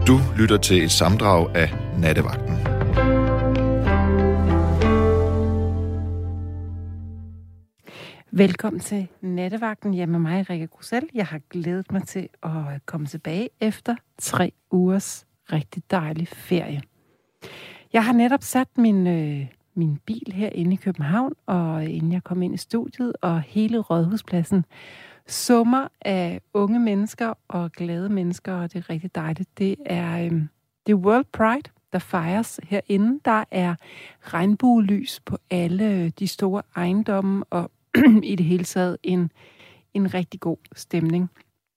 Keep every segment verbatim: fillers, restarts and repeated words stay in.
Du lytter til et sammendrag af Nattevagten. Velkommen til Nattevagten. Jeg er med mig, Rikke Grussel. Jeg har glædet mig til at komme tilbage efter tre ugers rigtig dejlig ferie. Jeg har netop sat min, øh, min bil herinde i København, og inden jeg kom ind i studiet, og hele Rådhuspladsen summer af unge mennesker og glade mennesker, og det er rigtig dejligt. Det er, øh, det er World Pride, der fejres herinde. Der er regnbuelys på alle de store ejendomme, og i det hele taget en, en rigtig god stemning.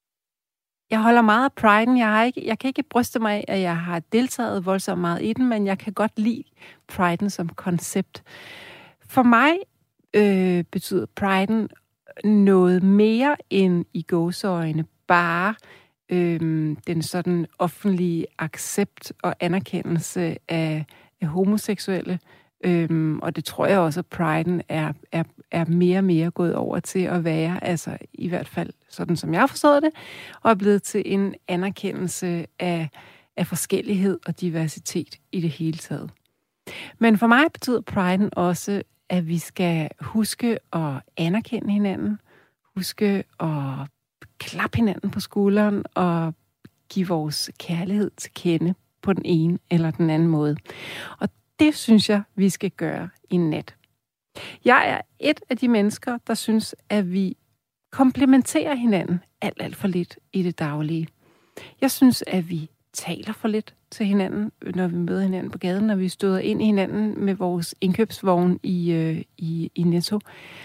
Jeg holder meget af Pride'en. Jeg, har ikke, jeg kan ikke bryste mig af, at jeg har deltaget voldsomt meget i den, men jeg kan godt lide Pride'en som koncept. For mig øh, betyder Pride'en noget mere end i gåseøjne bare øh, den sådan offentlige accept og anerkendelse af, af homoseksuelle. Øhm, og det tror jeg også, at Pride'en er, er, er mere og mere gået over til at være, altså i hvert fald sådan som jeg har forstået det, og er blevet til en anerkendelse af, af forskellighed og diversitet i det hele taget. Men for mig betyder Pride'en også, at vi skal huske at anerkende hinanden, huske at klappe hinanden på skulderen og give vores kærlighed til kende på den ene eller den anden måde. Og det synes jeg, vi skal gøre i nat. Jeg er et af de mennesker, der synes, at vi komplementerer hinanden alt, alt for lidt i det daglige. Jeg synes, at vi taler for lidt til hinanden, når vi møder hinanden på gaden, når vi støder ind i hinanden med vores indkøbsvogn i, øh, i, i Netto.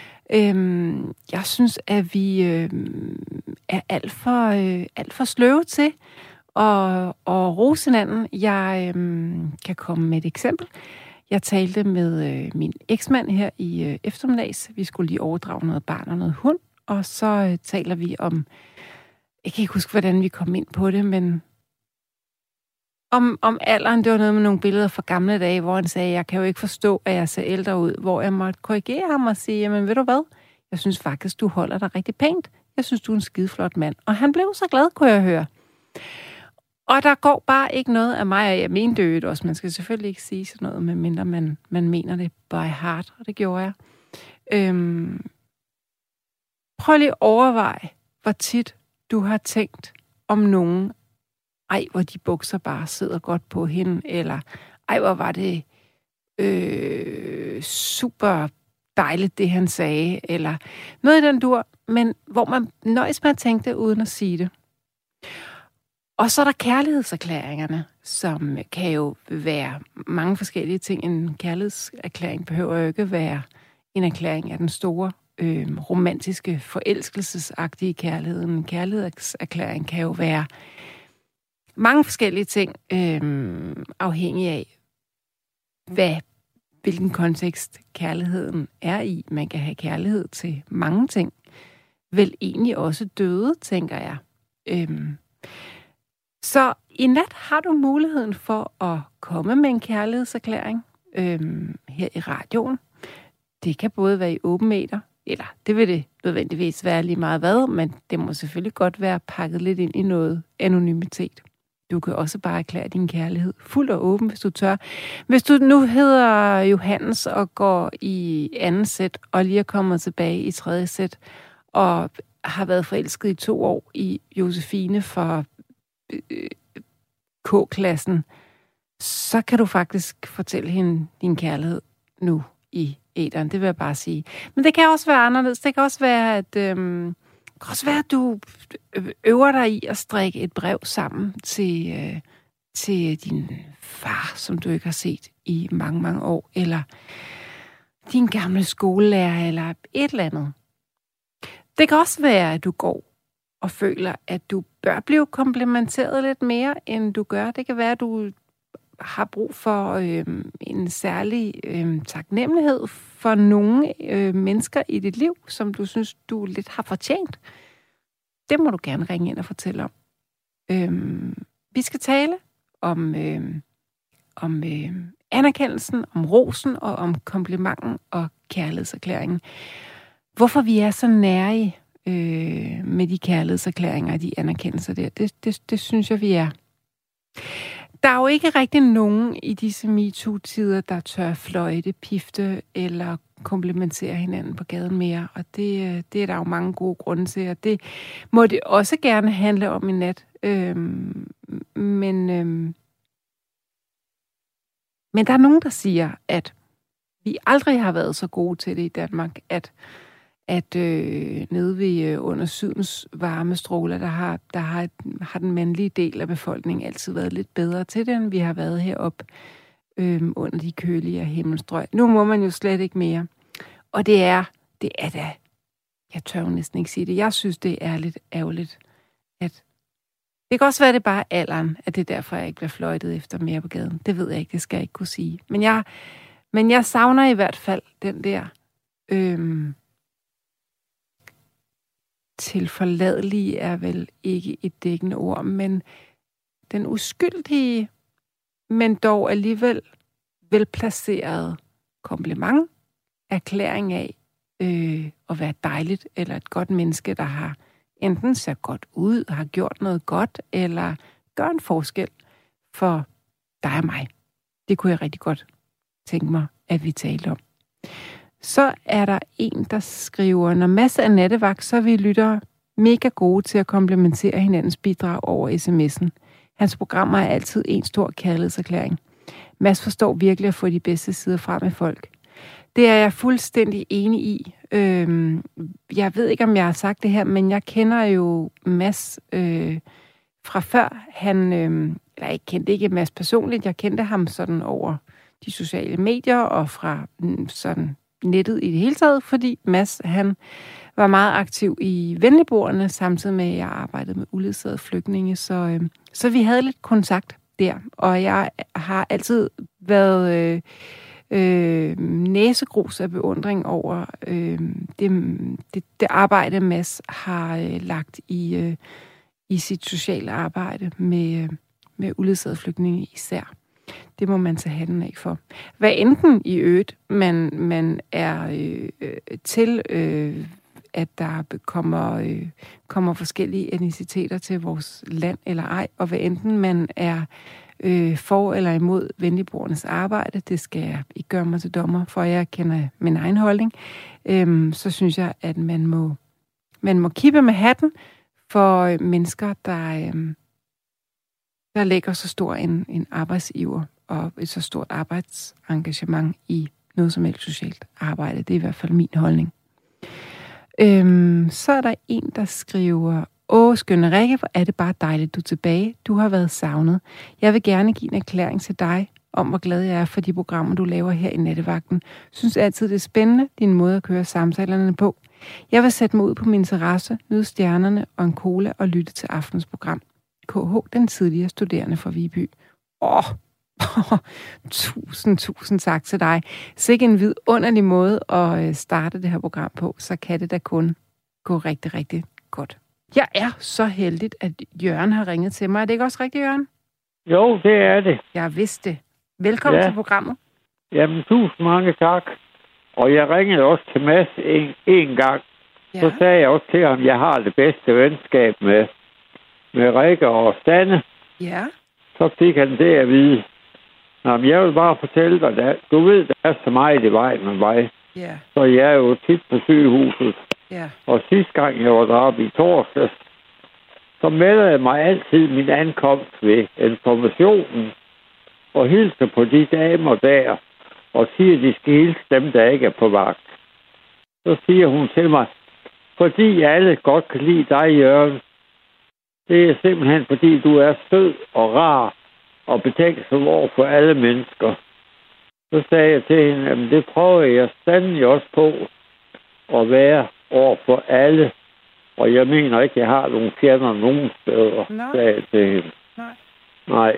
Øhm, jeg synes, at vi øh, er alt for, øh, alt for sløve til Og, og rose hinanden. Jeg øhm, kan komme med et eksempel. Jeg talte med øh, min eksmand her i øh, eftermiddags. Vi skulle lige overdrage noget barn og noget hund. Og så øh, taler vi om... Jeg kan ikke huske, hvordan vi kom ind på det, men... Om, om alderen, det var noget med nogle billeder fra gamle dage, hvor han sagde, jeg kan jo ikke forstå, at jeg ser ældre ud. Hvor jeg måtte korrigere ham og sige, jamen ved du hvad? Jeg synes faktisk, du holder dig rigtig pænt. Jeg synes, du er en skideflot mand. Og han blev så glad, kunne jeg høre. Og der går bare ikke noget af mig, og jeg mente det jo også. Man skal selvfølgelig ikke sige sådan noget, medmindre man, man mener det by heart, og det gjorde jeg. Øhm, prøv lige at overveje, hvor tit du har tænkt om nogen, ej, hvor de bukser bare sidder godt på hende, eller ej, hvor var det øh, super dejligt, det han sagde, eller noget i den dur, men hvor man nøjes med at tænke det, uden at sige det. Og så er der kærlighedserklæringerne, som kan jo være mange forskellige ting. En kærlighedserklæring behøver jo ikke være en erklæring af den store øh, romantiske, forelskelsesagtige kærlighed. En kærlighedserklæring kan jo være mange forskellige ting, øh, afhængig af, hvad, hvilken kontekst kærligheden er i. Man kan have kærlighed til mange ting. Vel egentlig også døde, tænker jeg. Øh, Så i nat har du muligheden for at komme med en kærlighedserklæring øhm, her i radioen. Det kan både være i åben meter, eller det vil det nødvendigvis være lige meget hvad, men det må selvfølgelig godt være pakket lidt ind i noget anonymitet. Du kan også bare erklære din kærlighed fuld og åben, hvis du tør. Hvis du nu hedder Johannes og går i anden sæt, og lige er kommet tilbage i tredje sæt, og har været forelsket i to år i Josefine for K-klassen, så kan du faktisk fortælle hende din kærlighed nu i æteren. Det vil jeg bare sige. Men det kan også være anderledes. Det kan også være, at, øhm, det kan også være, at du øver dig i at strikke et brev sammen til, øh, til din far, som du ikke har set i mange, mange år, eller din gamle skolelærer, eller et eller andet. Det kan også være, at du går og føler, at du bør blive komplimenteret lidt mere, end du gør. Det kan være, at du har brug for øh, en særlig øh, taknemmelighed for nogle øh, mennesker i dit liv, som du synes, du lidt har fortjent. Det må du gerne ringe ind og fortælle om. Øh, vi skal tale om, øh, om øh, anerkendelsen, om rosen og om komplimenten og kærlighedserklæringen. Hvorfor vi er så nære øh, med de kærlighedserklæringer og de anerkendelser der, det, det, det synes jeg, vi er. Der er jo ikke rigtig nogen i disse MeToo-tider, der tør fløjte, pifte eller komplementere hinanden på gaden mere. Og det, det er der jo mange gode grunde til, og det må det også gerne handle om i nat. Øhm, men, øhm, men der er nogen, der siger, at vi aldrig har været så gode til det i Danmark, at at øh, nede ved øh, under sydens varmestråler, der har, der har, har den mandlige del af befolkningen altid været lidt bedre til det, end vi har været heroppe øh, under de kølige himmelstrøg. Nu må man jo slet ikke mere. Og det er, det er da, jeg tør jo næsten ikke sige det, jeg synes, det er lidt ærgerligt, at det kan også være, det bare alderen, at det er derfor, jeg ikke bliver fløjtet efter mere på gaden. Det ved jeg ikke, det skal jeg ikke kunne sige. Men jeg, men jeg savner i hvert fald den der Øh, tilforladelige er vel ikke et dækkende ord, men den uskyldige, men dog alligevel velplacerede kompliment, erklæring af øh, at være dejligt, eller et godt menneske, der har enten ser godt ud, har gjort noget godt, eller gør en forskel for dig og mig. Det kunne jeg rigtig godt tænke mig, at vi talte om. Så er der en, der skriver, når Mads er nattevagt, så er vi lyttere mega gode til at komplementere hinandens bidrag over sms'en. Hans programmer er altid en stor kærlighedserklæring. Mads forstår virkelig at få de bedste sider frem med folk. Det er jeg fuldstændig enig i. Øhm, jeg ved ikke, om jeg har sagt det her, men jeg kender jo Mads øh, fra før. Han, øh, eller jeg kendte ikke Mads personligt, jeg kendte ham sådan over de sociale medier og fra øh, sådan nettet i det hele taget, fordi Mads, han var meget aktiv i Venligboerne, samtidig med, at jeg arbejdede med uledsagede flygtninge, så, øh, så vi havde lidt kontakt der, og jeg har altid været øh, øh, næsegrus af beundring over øh, det, det, det arbejde, Mads har øh, lagt i, øh, i sit sociale arbejde med, øh, med uledsagede flygtninge især. Det må man tage hatten af for. Hvad enten i øvrigt, man, man er øh, til, øh, at der kommer, øh, kommer forskellige etniciteter til vores land eller ej, og hvad enten man er øh, for eller imod Venligboernes arbejde, det skal jeg ikke gøre mig til dommer, for jeg kender min egen holdning, øh, så synes jeg, at man må, man må kippe med hatten for mennesker, der... Øh, der lægger så stor en, en arbejdsiver og et så stort arbejdsengagement i noget som helst socialt arbejde. Det er i hvert fald min holdning. Øhm, så er der en, der skriver, åh, skønne Rikke, hvor er det bare dejligt, du er tilbage. Du har været savnet. Jeg vil gerne give en erklæring til dig om, hvor glad jeg er for de programmer, du laver her i Nattevagten. Synes altid, det er spændende, din måde at køre samtalerne på. Jeg vil sætte mig ud på min terrasse, nyde stjernerne og en cola og lytte til aftens program. K H, den tidligere studerende fra Viby. Åh, oh, tusind, tusind tak til dig. Sikke en vidunderlig måde at starte det her program på, så kan det da kun gå rigtig, rigtig godt. Jeg er så heldig, at Jørgen har ringet til mig. Er det ikke også rigtigt, Jørgen? Jo, det er det. Jeg vidste det. Velkommen ja. til programmet. Jamen, tusind mange tak. Og jeg ringede også til Mads en, en gang. Ja. Så sagde jeg også til ham, at jeg har det bedste venskab med med Rikke og Stanne. Ja. Så fik han det at vide. Jamen, jeg vil bare fortælle dig, at du ved, der er så meget i vejen med mig. Ja. Så jeg er jo tit på sygehuset. Ja. Og sidste gang, jeg var deroppe i torsdags, så melder jeg mig altid min ankomst ved informationen og hilser på de damer der og siger, at de skal hilse dem, der ikke er på vagt. Så siger hun til mig, fordi alle godt kan lide dig, Jørgen. Det er simpelthen, fordi du er sød og rar og betænksom over for alle mennesker. Så sagde jeg til hende, at det prøver jeg sandelig også på at være over for alle. Og jeg mener ikke, at jeg har nogen fjender nogen steder, Nej. sagde jeg til hende. Nej. Nej.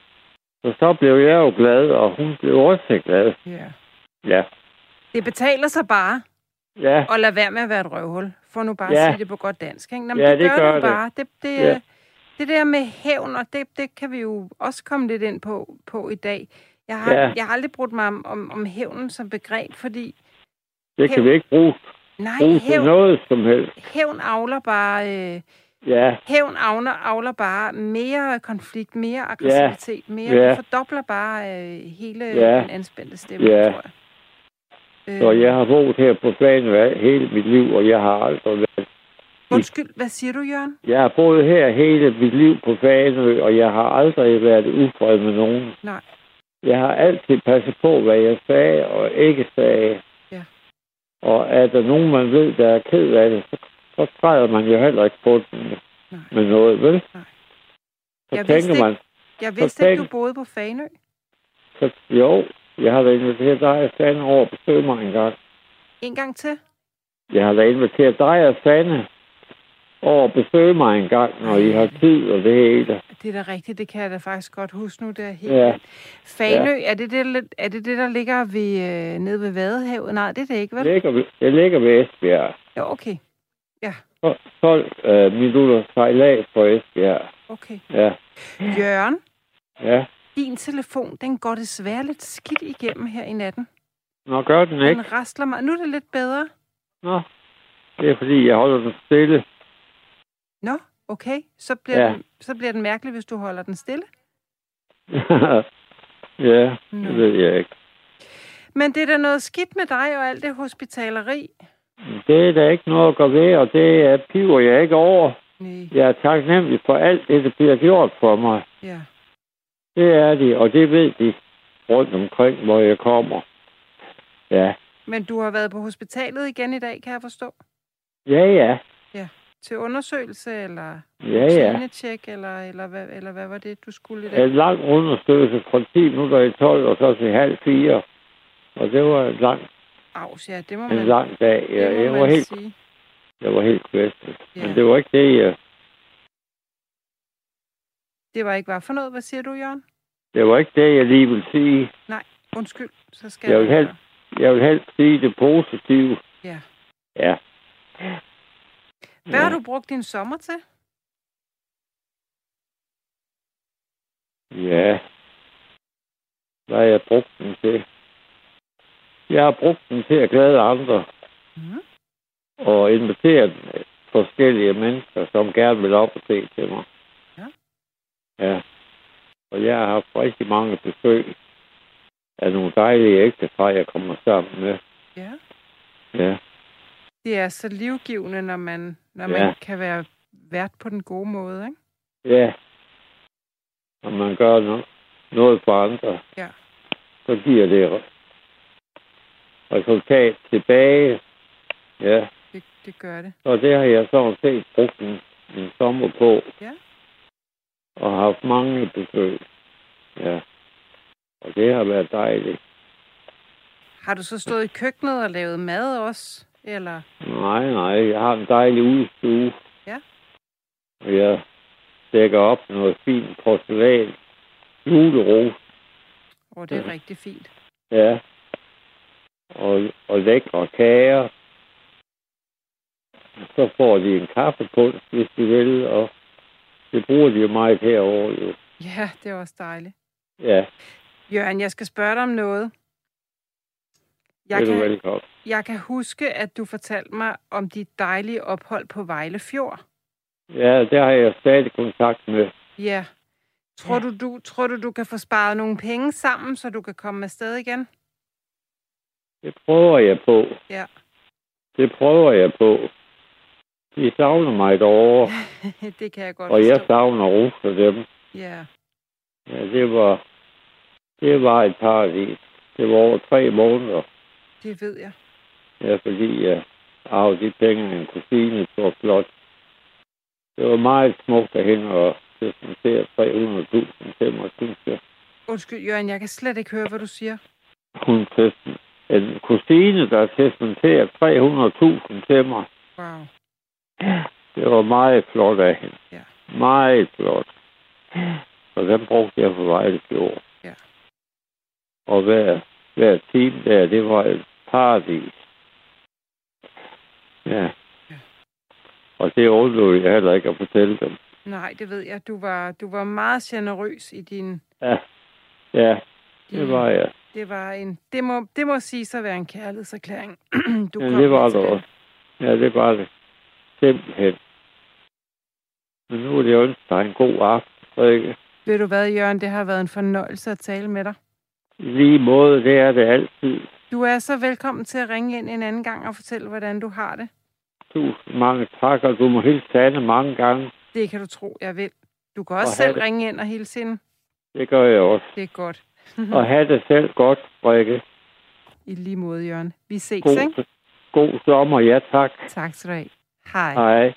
Så så blev jeg jo glad, og hun blev også glad. Ja. Ja. Det betaler sig bare. Ja. Og lad være med at være et røvhul. For nu bare ja. at sige det på godt dansk. Ikke? Nå, ja, det, det gør, gør du det. bare. Det, det, ja. det der med hævn, og det, det kan vi jo også komme lidt ind på, på i dag. Jeg har, ja. jeg har aldrig brugt mig om, om, om hævnen som begreb, fordi... Det kan hævn, vi ikke bruge. Nej, bruge hævn, noget som helst. Hævn avler bare øh, Ja. Hævn avler, avler bare mere konflikt, mere aggressivitet, Ja. mere. Ja. Det fordobler bare øh, hele Ja. den anspændte stemme, Ja. tror jeg. Så jeg har boet her på Fanø hele mit liv, og jeg har aldrig været... Undskyld, hvad siger du, Jørgen? Jeg har boet her hele mit liv på Fanø, og jeg har aldrig været ufred med nogen. Nej. Jeg har altid passet på, hvad jeg sagde og ikke sagde. Ja. Og er der nogen, man ved, der er ked af det, så, så træder man jo heller ikke på den Nej. med noget, vel? Nej. Så Jeg tænker vidste man... ikke, jeg vidste tænk, ikke, du boede på Fanø. Så, jo, jeg har da inviteret dig og Sanne over at besøge mig en gang. En gang til? Jeg har da inviteret dig og Sanne over at besøge mig en gang, når I har tid og det hele. Det er da rigtigt, det kan jeg da faktisk godt huske nu, det er helt Ja. Fanø, ja. er, det det, er det det, der ligger ved, øh, nede ved Vadehavet? Nej, det er det ikke, vel? Jeg ligger ved, jeg ligger ved Esbjerg. Ja, okay. Ja. tolv øh, minutter sejlads på Esbjerg. Okay. Ja. Jørgen, Ja. din telefon, den går desværre lidt skidt igennem her i natten. Nå, gør den ikke. Den rasler mig. Nu er det lidt bedre. Nå, det er fordi, jeg holder den stille. Nå, okay. Så bliver, Ja. den, så bliver den mærkelig, hvis du holder den stille. Ja, Nå. det ved jeg ikke. Men det er da noget skidt med dig og alt det hospitaleri. Det er der ikke noget at gøre ved, og det er piver jeg ikke over. Nej, Jeg er taknemmelig for alt det, der bliver gjort for mig. ja. Det er de, og det ved de rundt omkring, hvor jeg kommer. Ja. Men du har været på hospitalet igen i dag, kan jeg forstå? Ja, ja. Til undersøgelse, eller Ja, ja. rutinecheck, eller, eller, hvad, eller hvad var det, du skulle i dag? En lang undersøgelse fra ti minutter i tolv, og så til halv fire. Og det var en lang, Avs, ja, det må en man, lang dag. Ja, det må jeg, var man helt, sige. jeg var helt kvæstet. Ja. Men det var ikke det, jeg, Det var ikke hvad for noget, hvad siger du, Jørgen? det var ikke det, jeg lige vil sige. Nej, undskyld, så skal Jeg vil jeg... helst, jeg vil helst sige det positive. Ja. Ja. Hvad har du brugt din sommer til? Ja. Hvad har jeg brugt den til? Jeg har brugt den til at glæde andre. Mm. Og invitere forskellige mennesker, som gerne vil op og se til mig. Ja. Ja. Og jeg har haft rigtig mange besøg af nogle dejlige ægtepar, jeg kommer sammen med. Ja. Ja. Det er så livgivende, når man, når Ja. man kan være vært på den gode måde, ikke? Ja. Og man gør noget, noget for andre. Ja. Så giver det resultat tilbage. Ja. Det, det gør det. Og det har jeg sådan set brugt en, en sommer på. Ja. Og haft mange besøg. Ja. Og det har været dejligt. Har du så stået i køkkenet og lavet mad også? Eller? Nej, nej. Jeg har en dejlig udstue. Ja. Og jeg dækker op noget fint porcelæn. Juleros. Åh, det er Ja. rigtig fint. Ja. Og, og lækre kager. Så får de en kaffepunch, hvis de vil. Og det bruger de jo meget herovre, jo. Ja, det er også dejligt. Ja, Jørgen, jeg skal spørge dig om noget. Jeg det er du kan, velkommen. jeg kan huske, at du fortalte mig om dit dejlige ophold på Vejle Fjord. Ja, der har jeg stadig kontakt med. Ja. Tror du, du, tror du, du kan få sparet nogle penge sammen, så du kan komme afsted igen? Det prøver jeg på. Ja. Det prøver jeg på. De savner mig derovre, Det kan jeg godt og jeg forstå. savner Ruf og dem. Ja. Ja, det var, det var et paradis. Det var over tre måneder. Det ved jeg. Ja, fordi jeg arvede de penge af en kusine, det var flot. Det var meget smukt af hende at testamentere tre hundrede tusind til mig, synes jeg. Undskyld, Jørgen, jeg kan slet ikke høre, hvad du siger. Hun testamenterede en kusine, der testamenterede tre hundrede tusind til mig. Wow. Det var meget flot af hende. Ja. Meget flot. Så den brugte jeg på Vejle Fjord. Ja. Og hver, hver time der, det var et paradis. Ja. Ja. Og det undlod jeg heller ikke at fortælle dem. Nej, det ved jeg. Du var, du var meget generøs i din... Ja. Ja, det var jeg. Det var en... Det må, det må sige sig være en kærlighedserklæring. Du Ja, kom det var med til det også. Ja, det var det. Simpelthen. Men nu er det jo ønske dig en god aften, Rikke. Ved du hvad, Jørgen? Det har været en fornøjelse at tale med dig. I lige måde, det er det altid. Du er så velkommen til at ringe ind en anden gang og fortælle, hvordan du har det. Tusind mange tak, og du må hilse Anne mange gange. Det kan du tro, jeg vil. Du kan også selv det. ringe ind og hilse hende. Det gør jeg også. Det er godt. Og have det selv godt, Rikke. I lige måde, Jørgen. Vi ses, god, ikke? God sommer, ja tak. Tak skal du have. Hej. Hej.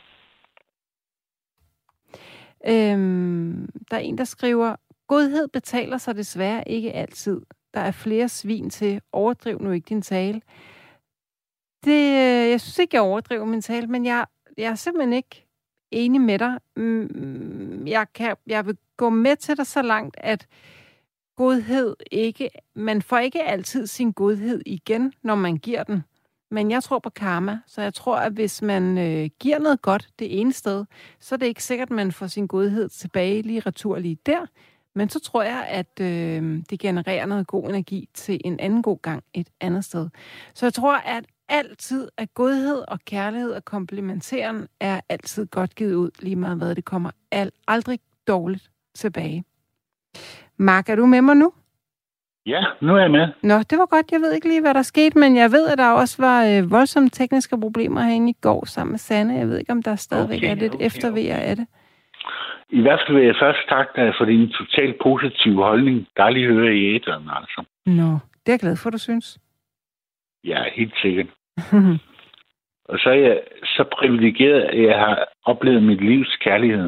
Øhm, der er en, der skriver, godhed betaler sig desværre ikke altid. Der er flere svin til. Overdriv nu ikke din tale. Det, jeg synes ikke, jeg overdriver min tale, men jeg, jeg er simpelthen ikke enig med dig. Jeg, kan, jeg vil gå med til dig så langt, at godhed ikke... Man får ikke altid sin godhed igen, når man giver den. Men jeg tror på karma, så jeg tror, at hvis man øh, giver noget godt det ene sted, så er det ikke sikkert, at man får sin godhed tilbage lige retur lige der. Men så tror jeg, at øh, det genererer noget god energi til en anden god gang et andet sted. Så jeg tror, at altid at godhed og kærlighed og komplementeren er altid godt givet ud, lige meget hvad det kommer al- aldrig dårligt tilbage. Mark, er du med mig nu? Ja, nu er jeg med. Nå, det var godt. Jeg ved ikke lige, hvad der skete, men jeg ved, at der også var øh, voldsomme tekniske problemer herinde i går sammen med Sanne. Jeg ved ikke, om der stadigvæk okay, er lidt okay, eftervejer okay. af det. I hvert fald vil jeg først takke dig for din totalt positive holdning. Dejligt at høre i æteren, altså. Nå, det er jeg glad for, du synes. Ja, helt sikkert. Og så er jeg så privilegeret, at jeg har oplevet mit livs kærlighed.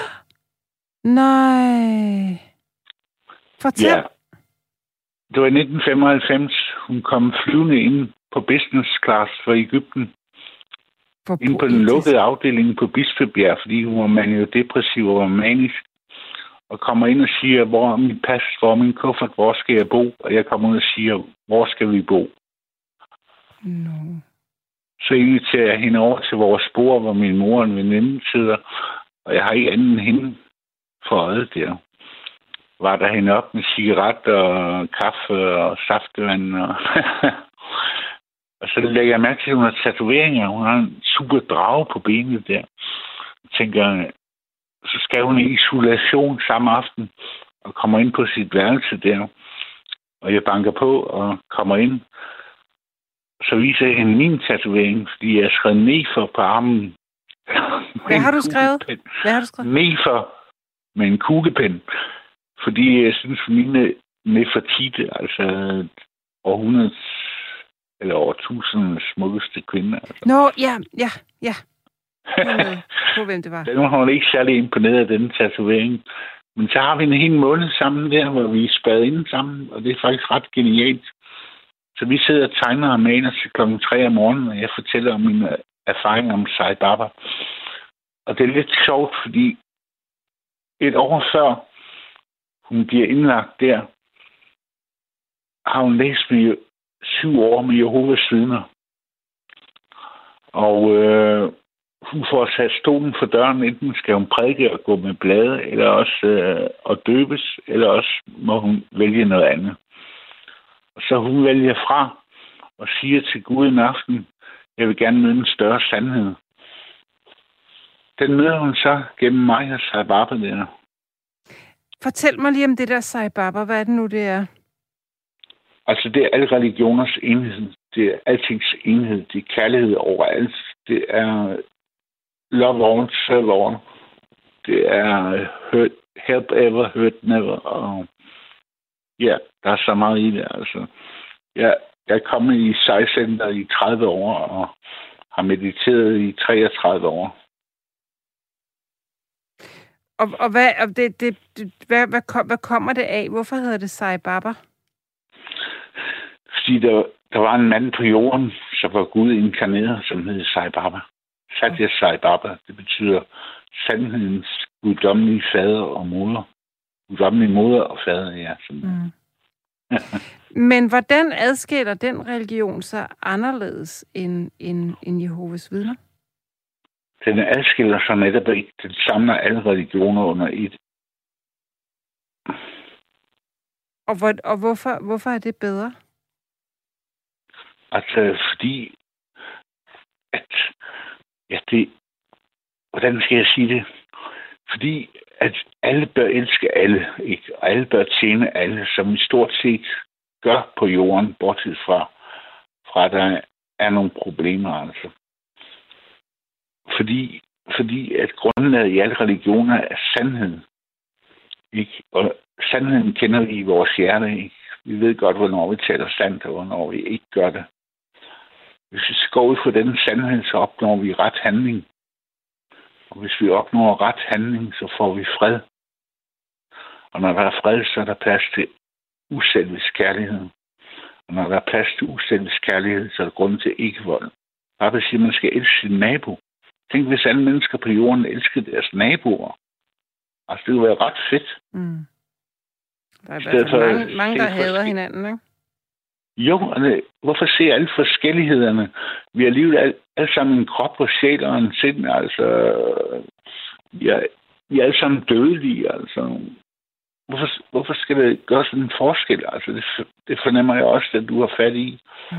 Nej. Fortæl. Ja. Det var i nitten femoghalvfems. Hun kom flyvende ind på business class fra Egypten. For ind på den lukkede afdeling på Bispebjerg, fordi hun var maniodepressiv og var manisk. Og kommer ind og siger, hvor er mit pas, hvor er min kuffert, hvor skal jeg bo? Og jeg kommer ud og siger, hvor skal vi bo? No. Så inviterer jeg hende over til vores spor, hvor min mor og en veninde sidder. Og jeg har ikke anden end hende for øjet der. Var der hende op med cigaret og kaffe og saftevand. Og, og så lægger jeg mærke til, at hun har tatoveringer. Hun har en super drage på benet der. Jeg tænker, så skal hun i isolation samme aften og kommer ind på sit værelse der. Og jeg banker på og kommer ind. Så viser jeg hende min tatovering, fordi jeg har skrevet Nefer på armen. Hvad har du skrevet? Hvad har du skrevet? Nefer med en kuglepen. Fordi jeg synes, mine Nefertiti, altså århundredes eller årtusindens smukkeste kvinder. Altså. Nå, ja, ja, ja. På hvem det var. Den var hun ikke særlig imponeret af den tatovering. Men så har vi en hel måned sammen der, hvor vi er spadet inde sammen, og det er faktisk ret genialt. Så vi sidder og tegner og maler til klokken tre om morgenen, og jeg fortæller om mine erfaringer om Sai Baba. Og det er lidt sjovt, fordi et år før hun bliver indlagt der, har hun læst med syv år med Jehovas vidner. Og øh, hun får sat stolen for døren, enten skal hun prædike og gå med blade, eller også øh, at døbes, eller også må hun vælge noget andet. Og så hun vælger fra og siger til Gud en aften, jeg vil gerne møde en større sandhed. Den møder hun så gennem mig og Sai Baba der. Fortæl mig lige om det der Sai Baba. Hvad er det nu, det er? Altså, det er alle religioners enhed. Det er altings enhed. Det er kærlighed overalt. Det er love all, serve all. Det er hurt, help ever, hurt never. Og ja, der er så meget i det, altså. Jeg, jeg er kommet i Sai-center i tredive år, og har mediteret i treogtredive år. Og, og hvad, og det, det, det, hvad, hvad, kom, hvad kommer det af? Hvorfor hedder det Sai Baba? Fordi der, der var en mand på jorden, som var Gud inkarneret, som hed Sai Baba. Satya Sai Baba, det betyder sandhedens guddommelige fader og moder. Guddommelige moder og fader, ja. Mm. Men hvordan adskiller den religion sig anderledes end, end, end Jehovas vidner? Den adskiller sig netop ikke. Den samler alle religioner under et. Og, hvor, og hvorfor, hvorfor er det bedre? Altså, fordi at ja, det, hvordan skal jeg sige det? Fordi at alle bør elske alle, ikke? Og alle bør tjene alle, som i stort set gør på jorden, bortset fra, fra at der er nogle problemer, altså. Fordi, fordi at grundlaget i alle religioner er sandheden. Ikke? Og sandheden kender vi i vores hjerte, ikke? Vi ved godt, hvornår vi taler sandt, og hvornår vi ikke gør det. Hvis vi går ud for den sandhed, så opnår vi ret handling. Og hvis vi opnår ret handling, så får vi fred. Og når der er fred, så er der plads til uselvisk kærlighed. Og når der er plads til uselvisk kærlighed, så er der grund til ikke-vold. Bare vil sige, at man skal elske sin nabo. Tænk, hvis alle mennesker på jorden elskede deres naboer. Altså, det ville være ret fedt. Mm. Der er i hvert fald mange, mange der hader hinanden, ikke? Jo, altså, hvorfor ser alle forskellighederne? Vi har alligevel alle, alle sammen en krop og sjæl og en sind, altså. Vi er, vi er alle sammen dødelige, altså. Hvorfor, hvorfor skal det gøre sådan en forskel? Altså, det, det fornemmer jeg også, at du har fat i. Mm.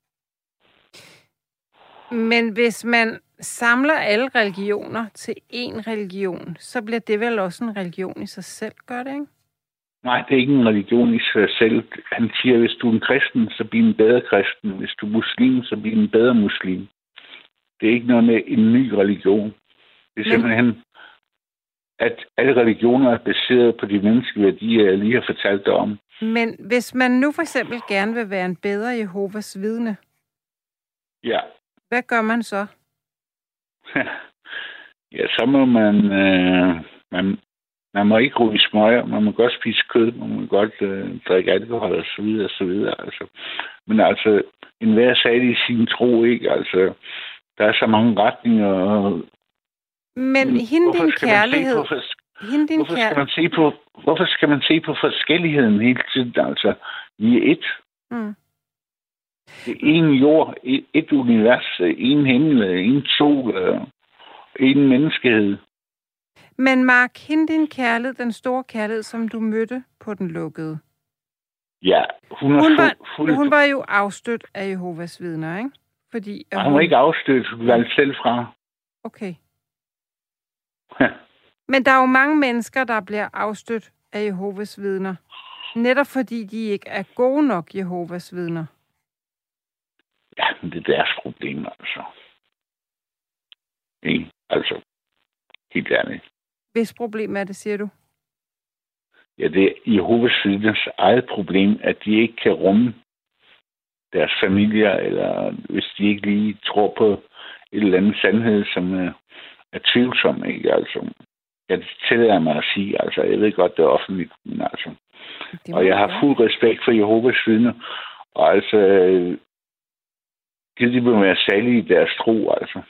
Men hvis man samler alle religioner til én religion, så bliver det vel også en religion i sig selv, gør det, ikke? Nej, det er ikke en religion i sig selv. Han siger, at hvis du er en kristen, så bliver en bedre kristen. Hvis du er muslim, så bliver en bedre muslim. Det er ikke noget med en ny religion. Det er simpelthen, at alle religioner er baseret på de menneskelige værdier, jeg lige har fortalt dig om. Men hvis man nu for eksempel gerne vil være en bedre Jehovas vidne, ja. Hvad gør man så? Ja, så må man... Øh, man Man må ikke ryge smøger, man må godt spise kød, man må godt øh, drikke alkohol og så videre og så videre. Altså. Men altså, enhver sag i sin tro, ikke? Altså, der er så mange retninger. Og... Men hende din kærlighed... Hvorfor, hende din hvorfor, skal man se på, hvorfor skal man se på forskelligheden hele tiden? Altså, vi er et. Mm. Det er en jord, et, et univers, en himmel, en sol, en menneskehed. Men Mark, hende din kærlighed, den store kærlighed, som du mødte på den lukkede. Ja, hun, hun, var, fuld, fuld... hun var jo afstødt af Jehovas vidner, ikke? Fordi, hun... hun var ikke afstødt, hun valgte selv fra. Okay. Ja. Men der er jo mange mennesker, der bliver afstødt af Jehovas vidner. Netop fordi de ikke er gode nok Jehovas vidner. Ja, men det er deres problem, altså. Ikke? Altså, helt ærligt. Hvis problem er det, siger du? Ja, det er Jehovas vidners eget problem, at de ikke kan rumme deres familier, eller hvis de ikke lige tror på et eller andet sandhed, som er, er tvivlsom, ikke? Altså, jeg tillader mig at sige, altså, jeg ved godt, det er offentligt, men altså. Og jeg har fuld respekt for Jehovas vidner, og altså, det de vil være særlige i deres tro, altså.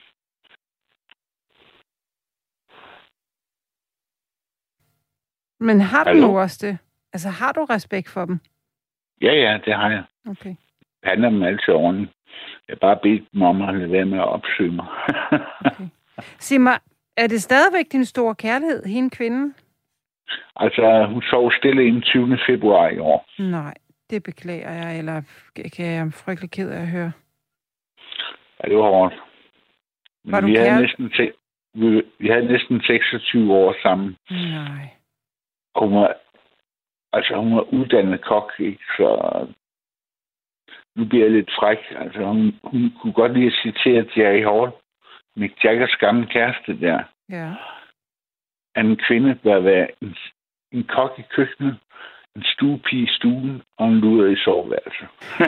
Men har du Hallo? nu også det? Altså, har du respekt for dem? Ja, ja, det har jeg. Okay. Jeg handler dem altid ordentligt. Jeg bare bedt dem om at lade være med at opsøge mig. Okay. Sig mig, er det stadigvæk din store kærlighed, hende kvinden? Altså, hun sov stille inden tyvende februar i år. Nej, det beklager jeg, eller kan jeg frygtelig ked af at høre. Ja, det var hårdt. Men var du vi kærlig? havde næsten te- vi, vi havde næsten seksogtyve år sammen. Nej. Og hun var, altså, hun var uddannet kok, ikke? Så nu bliver jeg lidt fræk. Altså, hun, hun kunne godt lide at citere Jerry Hall, Mick Jaggers gamle kæreste der. Ja. At en kvinde bør være en, en kok i køkkenet, en stuepige i stuen og en luder i soveværelset.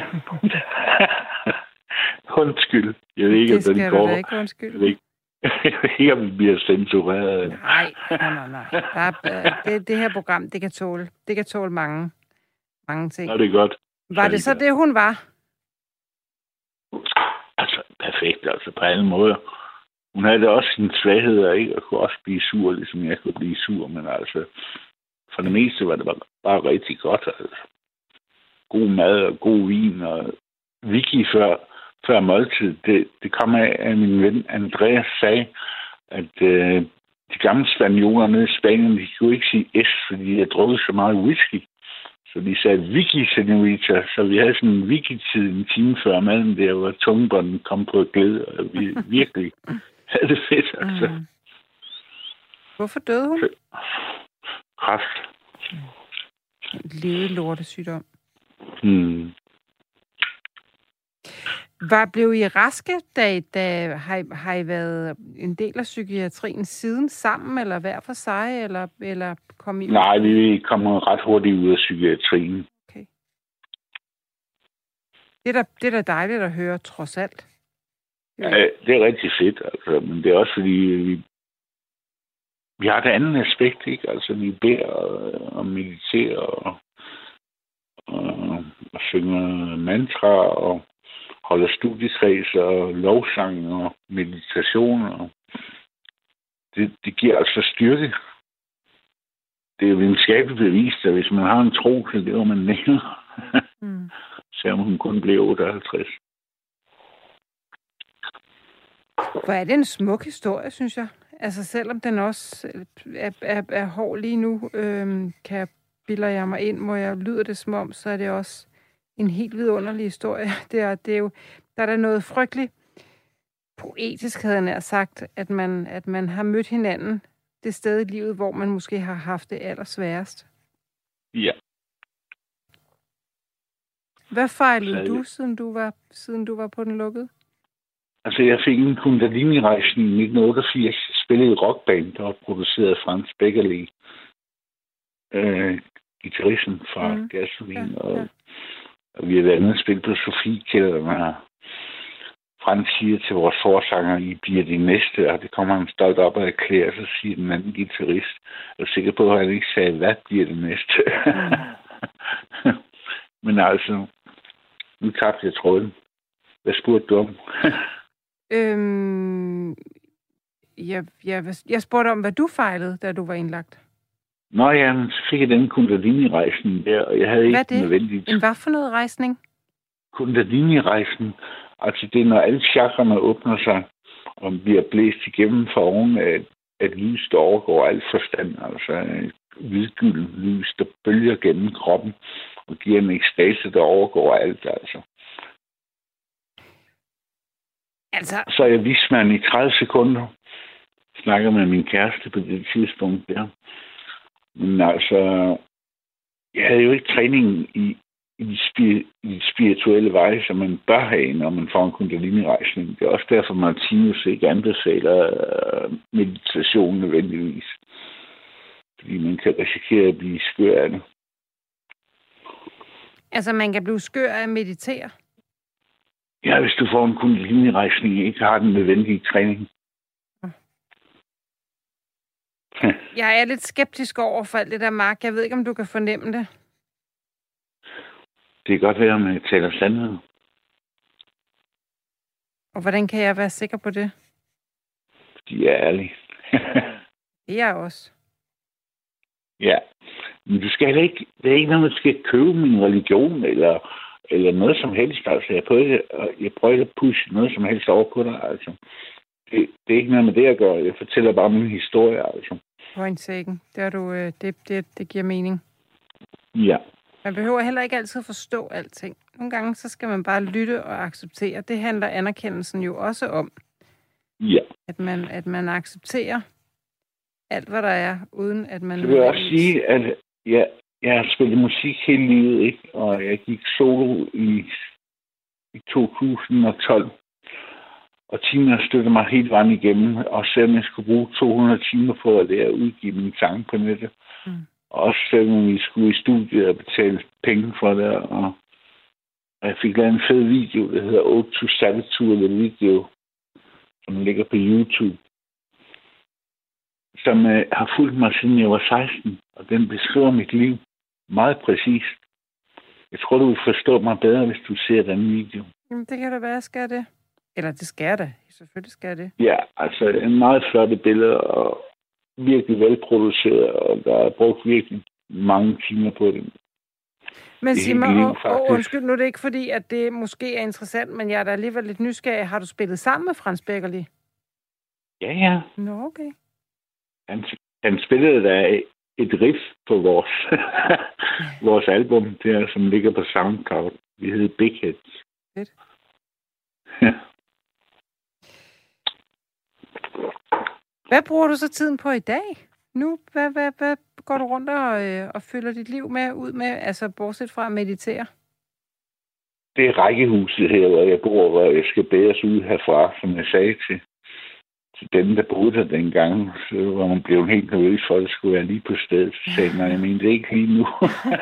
Undskyld. Jeg ved ikke, det skal den går. du da ikke undskylde. Jeg ved ikke, jeg ved ikke, om vi bliver censureret. Nej, nej, nej. nej. Der er, det, det her program, det kan tåle, det kan tåle mange, mange ting. Nå, det er godt. Var det, det så det, hun var? Altså, perfekt, altså på alle måder. Hun havde da også sine svagheder, ikke? Og kunne også blive sur, ligesom jeg kunne blive sur. Men altså, for det meste var det bare, bare rigtig godt. Altså. God mad og god vin. Og Vicky før, før måltid, det, det kom af, at min ven Andreas sagde, at øh, de gamle spanioler nede i Spanien, de kunne ikke sige S, fordi de havde drukket så meget whisky. Så de sagde Vicky, senorita. Så vi havde sådan en Vicky-tid en time før maden der, hvor tungebånden kom på glæde, og vi virkelig havde det fedt, altså. Mm. Hvorfor døde hun? Kræft. En lede lortesygdom. Hmm. Hvad blev I raske, da, da har, I, har I været en del af psykiatrien siden sammen, eller hver for sig, eller, eller kom I ud? Nej, vi kommer ret hurtigt ud af psykiatrien. Okay. Det er, da, det er da dejligt at høre, trods alt. Ja, det er rigtig fedt, altså, men det er også fordi, vi, vi har det andet aspekt, ikke? Altså, vi beder og, og mediterer og, og, og synger mantra og holder studiekreds og lovsang og meditation. Og det, det giver altså styrke. Det er jo videnskabeligt bevist, at hvis man har en tro, så lever man længere. Mm. Selvom hun kun blev otteoghalvtreds. Hvor er det en smuk historie, synes jeg. Altså selvom den også er, er, er hård lige nu, øhm, kan jeg bilder jeg mig ind, hvor jeg lyder det som om, så er det også en helt vidunderlig historie. Det er, det er jo, der er der noget frygteligt poetisk, havde jeg nær sagt, at man, at man har mødt hinanden det sted i livet, hvor man måske har haft det allersværest. Ja. Hvad fejlede du, siden du var, siden du var på den lukkede? Altså, jeg fik en Kundalini-rejsning i nitten otteogfirs. Jeg spillede i rockband, der var produceret af Frans Beckerli. Øh, guitaristen fra mm. Gasolin. Ja, og, ja. og vi har været andet spillet på Sofiekælderen. Og Frans siger til vores forsanger, I bliver de næste, og det kommer han stolt op og erklærer, så siger den anden guitarist, jeg er sikker på, at han ikke sagde, hvad bliver det næste? Mm. Men altså, nu tabte jeg tråden. Hvad spurgte du om? øhm, jeg, jeg, jeg spurgte om, hvad du fejlede, da du var indlagt. Nå ja, så fik jeg den Kundalini-rejsning der, og jeg havde hvad ikke nødvendigt... En hvad for noget rejsning? Kundalini-rejsning. Altså det er, når alle chakrene åbner sig, og bliver blæst igennem for oven af et lys, der overgår alt forstand. Altså et hvidgylden lys, der bølger gennem kroppen, og giver en ekstase, der overgår alt, altså. Altså... Så jeg viste mig i tredive sekunder. Snakker med min kæreste på det tidspunkt der. Men altså, jeg havde jo ikke træning i, i, de, spir, i de spirituelle veje, som man bør have, når man får en kundalini-rejsning. Det er også derfor, Martinus ikke anbefaler meditation nødvendigvis. Fordi man kan risikere at blive skør af det. Altså, man kan blive skør af at meditere? Ja, hvis du får en kundalini-rejsning, ikke har den nødvendige træning. Jeg er lidt skeptisk over for alt det der, Mark. Jeg ved ikke, om du kan fornemme det. Det kan godt være, at man taler sandhed. Og hvordan kan jeg være sikker på det? Fordi jeg er ærlig. Det er jeg også. Ja, men du skal ikke... Det er ikke noget, man skal købe min religion, eller... eller noget som helst. Altså, jeg prøver, jeg prøver at pushe noget som helst over på dig, altså. Det, det er ikke noget med det at gøre. Jeg fortæller bare min historie, altså. Point taken. Det, er du, det, det, det giver mening. Ja. Man behøver heller ikke altid forstå alting. Nogle gange, så skal man bare lytte og acceptere. Det handler anerkendelsen jo også om. Ja. At man, at man accepterer alt, hvad der er, uden at man... Så vil jeg også sige, at jeg, jeg har spillet musik hele livet, ikke? Og jeg gik solo i, i to tusind og tolv. Og timer støttede mig helt vejen igennem, og selvom jeg skulle bruge to hundrede timer på at lære at udgive min sang på nettet. Mm. Og også selvom vi skulle i studiet og betale penge for det. Og, og jeg fik lavet en fed video, der hedder Ode to Solitude, eller video, som ligger på YouTube. Som uh, har fulgt mig siden jeg var seksten, og den beskriver mit liv meget præcist. Jeg tror, du vil forstå mig bedre, hvis du ser den video. Jamen, det kan da være, skal det. Eller det skal det. Selvfølgelig skal det. Ja, altså en meget flotte billede, og virkelig velproduceret, og der er brugt virkelig mange timer på det. Men sig mig, og, og undskyld, nu er det ikke fordi, at det måske er interessant, men jeg er da alligevel lidt nysgerrig. Har du spillet sammen med Frans Beckerli? Ja, ja. Nå, okay. Han, han spillede da et riff på vores, vores album der, som ligger på SoundCloud. Vi hedder Big Heads. Fedt. Hvad bruger du så tiden på i dag? nu? Hvad, hvad, hvad går du rundt og, øh, og fylder dit liv med ud med, altså bortset fra at meditere? Det er rækkehuset her, hvor jeg bor, hvor jeg skal bæres ud herfra, som jeg sagde til, til dem, der boede der dengang. Så var man blevet helt nervøs for, at det skulle være lige på stedet. Så sagde jeg, jeg mener, det er ikke lige nu.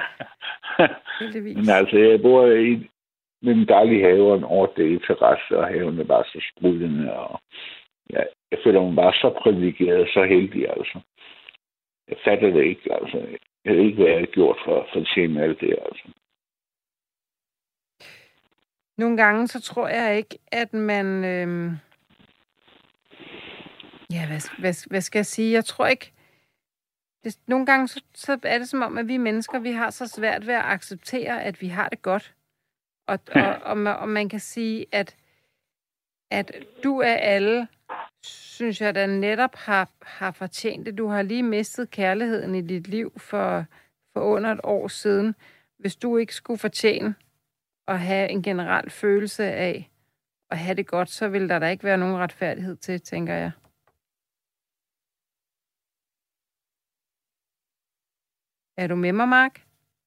Men altså, jeg bor i en dejlig have og en overdækket terrasse, og haven er bare så sprudlende, og ja, jeg føler mig bare så privilegeret og så heldig, altså. Jeg fatter det ikke, altså. Jeg ved ikke, hvad jeg har gjort for at fortjene alt det, altså. Nogle gange, så tror jeg ikke, at man... Øh... Ja, hvad, hvad, hvad skal jeg sige? Jeg tror ikke... Det, nogle gange, så, så er det som om, at vi mennesker, vi har så svært ved at acceptere, at vi har det godt. Og, og, og, man, og man kan sige, at, at du af alle, synes jeg, der netop har, har fortjent det. Du har lige mistet kærligheden i dit liv for, for under et år siden. Hvis du ikke skulle fortjene at have en generel følelse af at have det godt, så vil der da ikke være nogen retfærdighed til, tænker jeg. Er du med mig, Mark?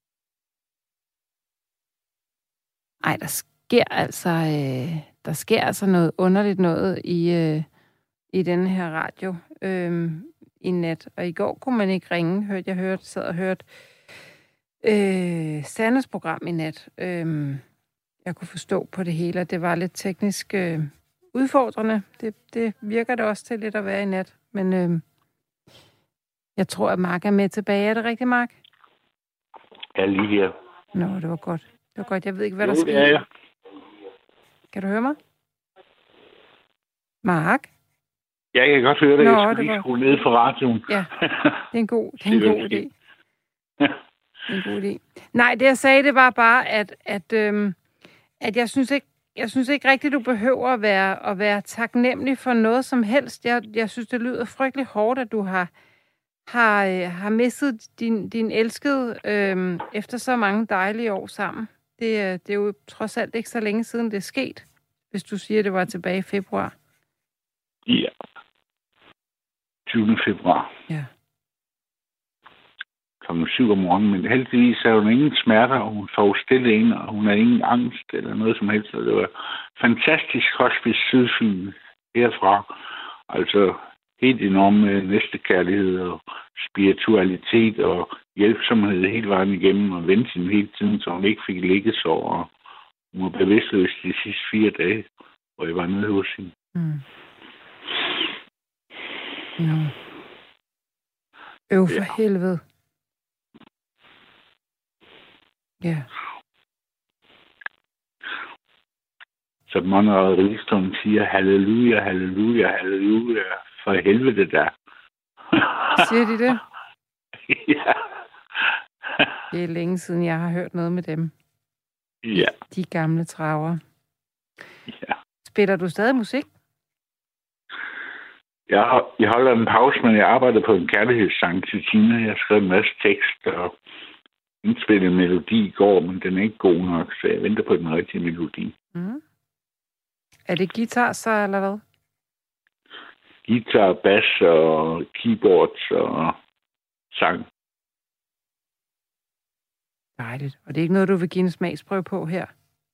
Ej, der sker altså, øh, der sker altså noget underligt noget i, øh, i den her radio øh, i nat. Og i går kunne man ikke ringe, hørte jeg hørte, sad og hørte øh, Sandes program i nat. Øh, jeg kunne forstå på det hele, at det var lidt teknisk øh, udfordrende. Det, det virker det også til lidt at være i nat. Men øh, jeg tror, at Mark er med tilbage. Er det rigtigt, Mark? Jeg er lige her. Nå, det var godt. Det var godt. Jeg ved ikke, hvad jo, der sker. Det er jeg. Kan du høre mig? Mark? Ja, jeg kan godt høre det. Nå, jeg skulle det lige var... skrue ned for radioen. Ja, det er en god, det er en god idé. Det er en god idé. Nej, det jeg sagde, det var bare, at, at, øhm, at jeg synes ikke, jeg synes ikke rigtigt, du behøver at være, at være taknemmelig for noget som helst. Jeg, jeg synes, det lyder frygtelig hårdt, at du har, har, øh, har mistet din, din elskede øh, efter så mange dejlige år sammen. Det, det er jo trods alt ikke så længe siden, det er sket, hvis du siger, det var tilbage i februar. Ja. tyvende februar. Ja. Klokken syv om morgenen, men heldigvis er hun ingen smerter, og hun sov stille ind, og hun har ingen angst eller noget som helst. Det var fantastisk hospice Sydfyn herfra. Altså helt enorm næstekærlighed og spiritualitet og hjælpsomhed hele vejen igennem, og vente hende hele tiden, så hun ikke fik liggesår, og hun var bevidstløs de sidste fire dage, hvor jeg var nede hos hende. Mm. No. Øv for ja. helvede. Ja. Så Monrad Rigstrøm siger, halleluja, halleluja, halleluja, for helvede der. Siger de det? Ja. Det er længe siden, jeg har hørt noget med dem. Ja. De gamle traver. Ja. Spiller du stadig musik? Jeg, jeg holder en pause, men jeg arbejder på en kærlighedssang til Tina. Jeg har skrevet en masse tekst og indspillet en melodi i går, men den er ikke god nok, så jeg venter på den rigtige melodi. Mm. Er det guitar så, eller hvad? Guitar, bass og keyboards og sang. Dejligt. Og det er ikke noget, du vil give en smagsprøve på her?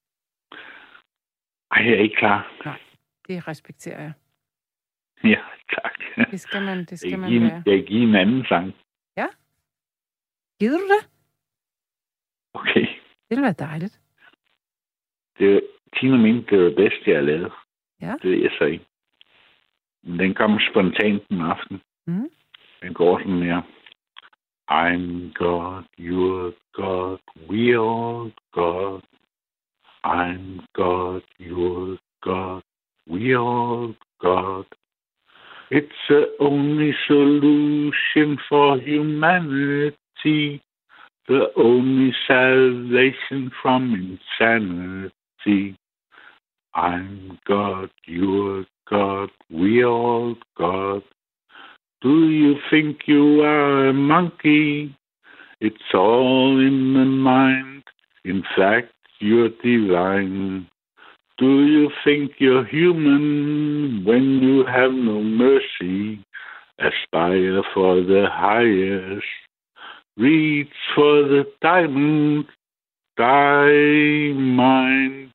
Ej, jeg er ikke klar. Nej, det respekterer jeg. Ja, tak. Det skal man, det skal jeg man give, være. Jeg giver en anden sang. Ja? Gider du det? Okay. Det vil være dejligt. Det, Tina mente, det var det bedste, jeg har lavet. Ja. Det ved jeg så ikke. Men den kom spontant en aften. Mm. Den går sådan her. I'm God, you're God, we're all God. I'm God, you're God, we're all God. It's the only solution for humanity. The only salvation from insanity. I'm God, you're God, we're all God. Do you think you are a monkey? It's all in the mind. In fact, you're divine. Do you think you're human when you have no mercy Aspire for the highest. Reach for the diamond. Diamond.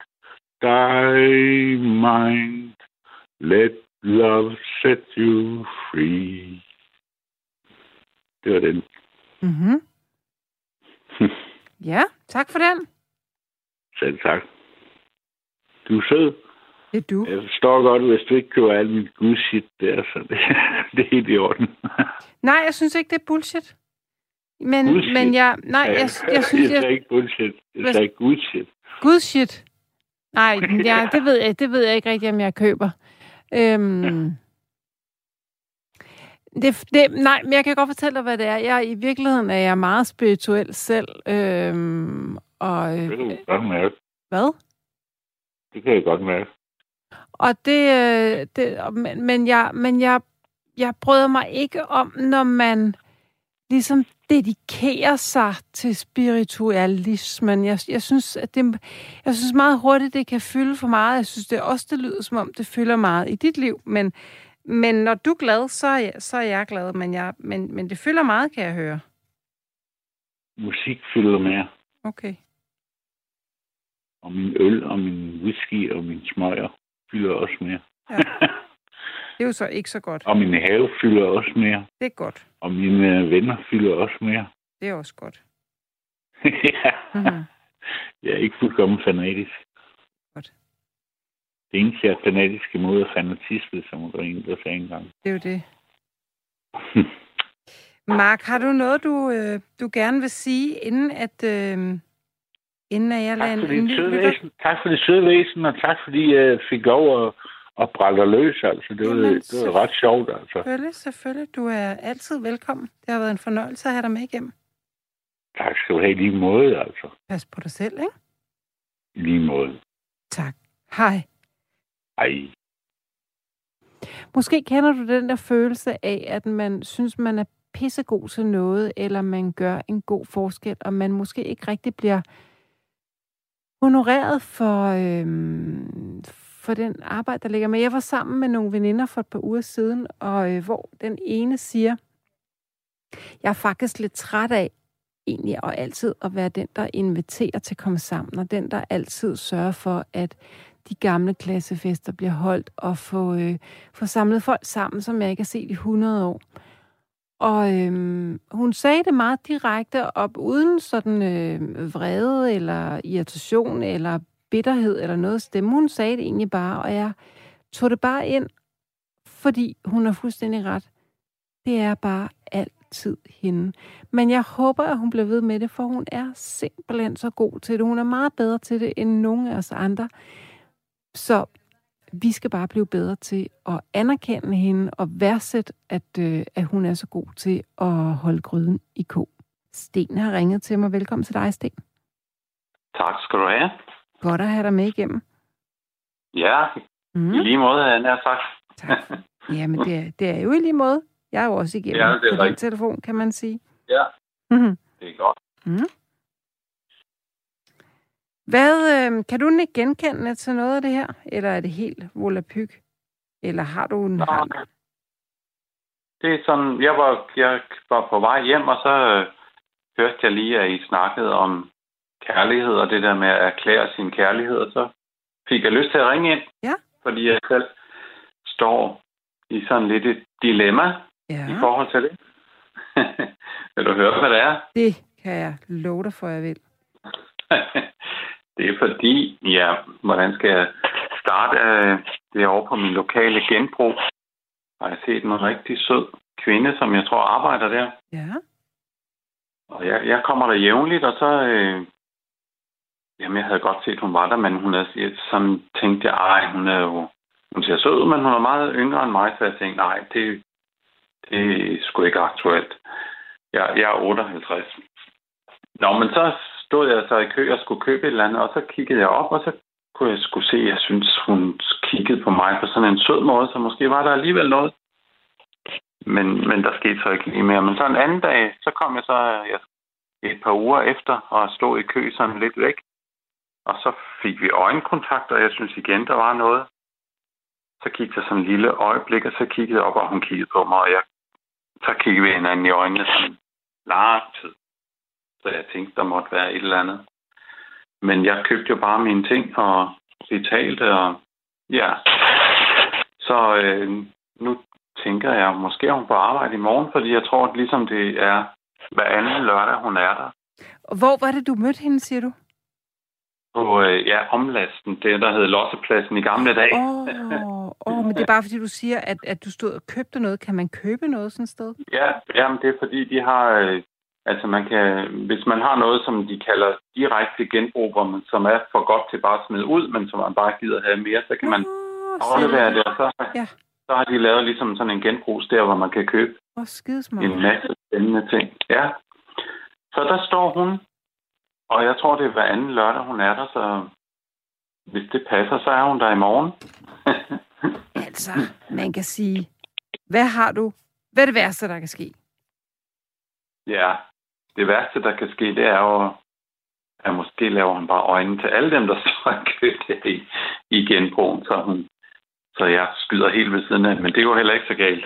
Diamond. Let love set you free. Det var den. Mhm. Ja, tak for den. Selv tak. Du er sød. Det er du. Jeg forstår godt, hvis du ikke køber alt mit good-shit der, så det, det er helt i orden. Nej, jeg synes ikke, det er bullshit. Men, Bullshit? men jeg... Nej, jeg, jeg, jeg synes... Jeg sagde Jeg, ikke bullshit. Jeg Hvad- sagde ikke good-shit. good shit. Nej, ja, det ved jeg, det ved jeg ikke rigtig, om jeg køber. Øhm, det, det, nej, men jeg kan godt fortælle dig, hvad det er. Jeg, I virkeligheden er jeg meget spirituel selv. Øhm, og, Det kan øh, du godt mærke. hvad? Det kan jeg godt mærke. Og det, øh, det men, men, jeg, men jeg, jeg bryder mig ikke om, når man ligesom dedikerer sig til spiritualismen. Jeg, jeg synes, at det, jeg synes meget hurtigt, det kan fylde for meget. Jeg synes det også, det lyder som om, det fylder meget i dit liv. Men, men når du er glad, så er jeg, så er jeg glad. Men, jeg, men, men det fylder meget, kan jeg høre. Musik fylder mere. Okay. Og min øl, og min whisky, og min smøger fylder også mere. Ja. Det er jo så ikke så godt. Og min have fylder også mere. Det er godt. Og mine venner fylder også mere. Det er også godt. Ja. Mm-hmm. Jeg er ikke fuldkommen fanatisk. Godt. Det eneste, jeg er fanatisk imod er fanatisme, som der en, der sagde engang. Det er jo det. Mark, har du noget, du, øh, du gerne vil sige, inden at, øh, inden at jeg lader Tak for, en, en det ny søde lytter? væsen. Tak for det søde væsen, og tak fordi jeg fik lov at, at brække løs. Altså. Det, var, Jamen, det var ret sjovt. Altså. Selvfølgelig, selvfølgelig. Du er altid velkommen. Det har været en fornøjelse at have dig med igennem. Tak skal du have i lige måde. Altså. Pas på dig selv, ikke? I lige måde. Tak. Hej. Ej. Måske kender du den der følelse af, at man synes, man er pissegod til noget, eller man gør en god forskel, og man måske ikke rigtig bliver honoreret for, øhm, for den arbejde, der ligger med. Jeg var sammen med nogle veninder for et par uger siden, og øh, hvor den ene siger, jeg er faktisk lidt træt af egentlig og altid at være den, der inviterer til at komme sammen, og den, der altid sørger for, at de gamle klassefester bliver holdt, og få, øh, få samlet folk sammen, som jeg ikke har set i hundrede år. Og øhm, hun sagde det meget direkte op, uden sådan øh, vrede, eller irritation, eller bitterhed, eller noget stemme. Hun sagde det egentlig bare, og jeg tog det bare ind, fordi hun er fuldstændig ret. Det er bare altid hende. Men jeg håber, at hun bliver ved med det, for hun er simpelthen så god til det. Hun er meget bedre til det, end nogen af os andre. Så vi skal bare blive bedre til at anerkende hende og værdsætte, at, øh, at hun er så god til at holde gryden i kog. Sten har ringet til mig. Velkommen til dig, Sten. Tak skal du have. Godt at have dig med igennem. Ja, Mm. i lige måde, han har sagt. Tak. Jamen, det er, det er jo i lige måde. Jeg er jo også igennem Ja, det er på den rigtigt. telefon, kan man sige. Ja, Mm-hmm. det er godt. Mm. Hvad, øh, kan du ikke genkende til noget af det her? Eller er det helt volapyk? Eller har du en... Har... Nå, det er sådan, jeg var, jeg var på vej hjem, og så øh, hørte jeg lige, at I snakkede om kærlighed, og det der med at erklære sin kærlighed, og så fik jeg lyst til at ringe ind. Ja. Fordi jeg selv står i sådan lidt et dilemma Ja, i forhold til det. Vil du høre, hvad det er? det kan jeg love dig for, jeg vil. Det er fordi, ja, hvordan skal jeg starte? Det er over på min lokale genbrug. Har jeg set en rigtig sød kvinde, som jeg tror arbejder der. Ja. Og jeg, jeg kommer der jævnligt, og så... Øh, jamen, jeg havde godt set, hun var der, men hun havde sådan tænkte jeg, ej, hun er jo... Hun ser sød ud, men hun er meget yngre end mig, så jeg tænkte, nej, det, det er sgu ikke aktuelt. Jeg, jeg er otteoghalvtreds. Nå, men så stod jeg så i kø og skulle købe et eller andet, og så kiggede jeg op, og så kunne jeg skulle se, at jeg synes, hun kiggede på mig på sådan en sød måde, så måske var der alligevel noget. Men, men der skete så ikke lige mere. Men så en anden dag, så kom jeg så jeg, et par uger efter og stod i kø sådan lidt væk. Og så fik vi øjenkontakt, og jeg synes igen, der var noget. Så gik der sådan en lille øjeblik, og så kiggede jeg op, og hun kiggede på mig, og jeg så kiggede vi hinanden i øjnene sådan lang tid. Så jeg tænkte, der måtte være et eller andet. Men jeg købte jo bare mine ting og betalte, og ja. Så øh, nu tænker jeg, måske er hun på arbejde i morgen, fordi jeg tror, at ligesom det er hver anden lørdag, hun er der. Hvor var det, du mødte hende, siger du? På øh, ja, omlasten, det der hed Lossepladsen i gamle dage. Åh, oh, oh, men det er bare fordi, du siger, at, at du stod og købte noget. Kan man købe noget sådan et sted? Ja, jamen det er fordi, de har... Øh, altså man kan... Hvis man har noget, som de kalder direkte genbrug, hvor man, som er for godt til bare at smide ud, men som man bare gider have mere, så kan man oh, aflevere det. Og så, ja. så har de lavet ligesom sådan en genbrugs der, hvor man kan købe oh, skidesmart. En masse spændende ting. Ja. Så der står hun. Og jeg tror, det er hver anden lørdag, hun er der, så hvis det passer, så er hun der i morgen. Altså, man kan sige, hvad har du? Hvad er det værste, der kan ske? Ja, det værste, der kan ske, det er jo, at måske laver hun bare øjnene til alle dem, der står og købt i, i genbrugen, så, hun, så jeg skyder helt ved siden af. Men det er jo heller ikke så galt.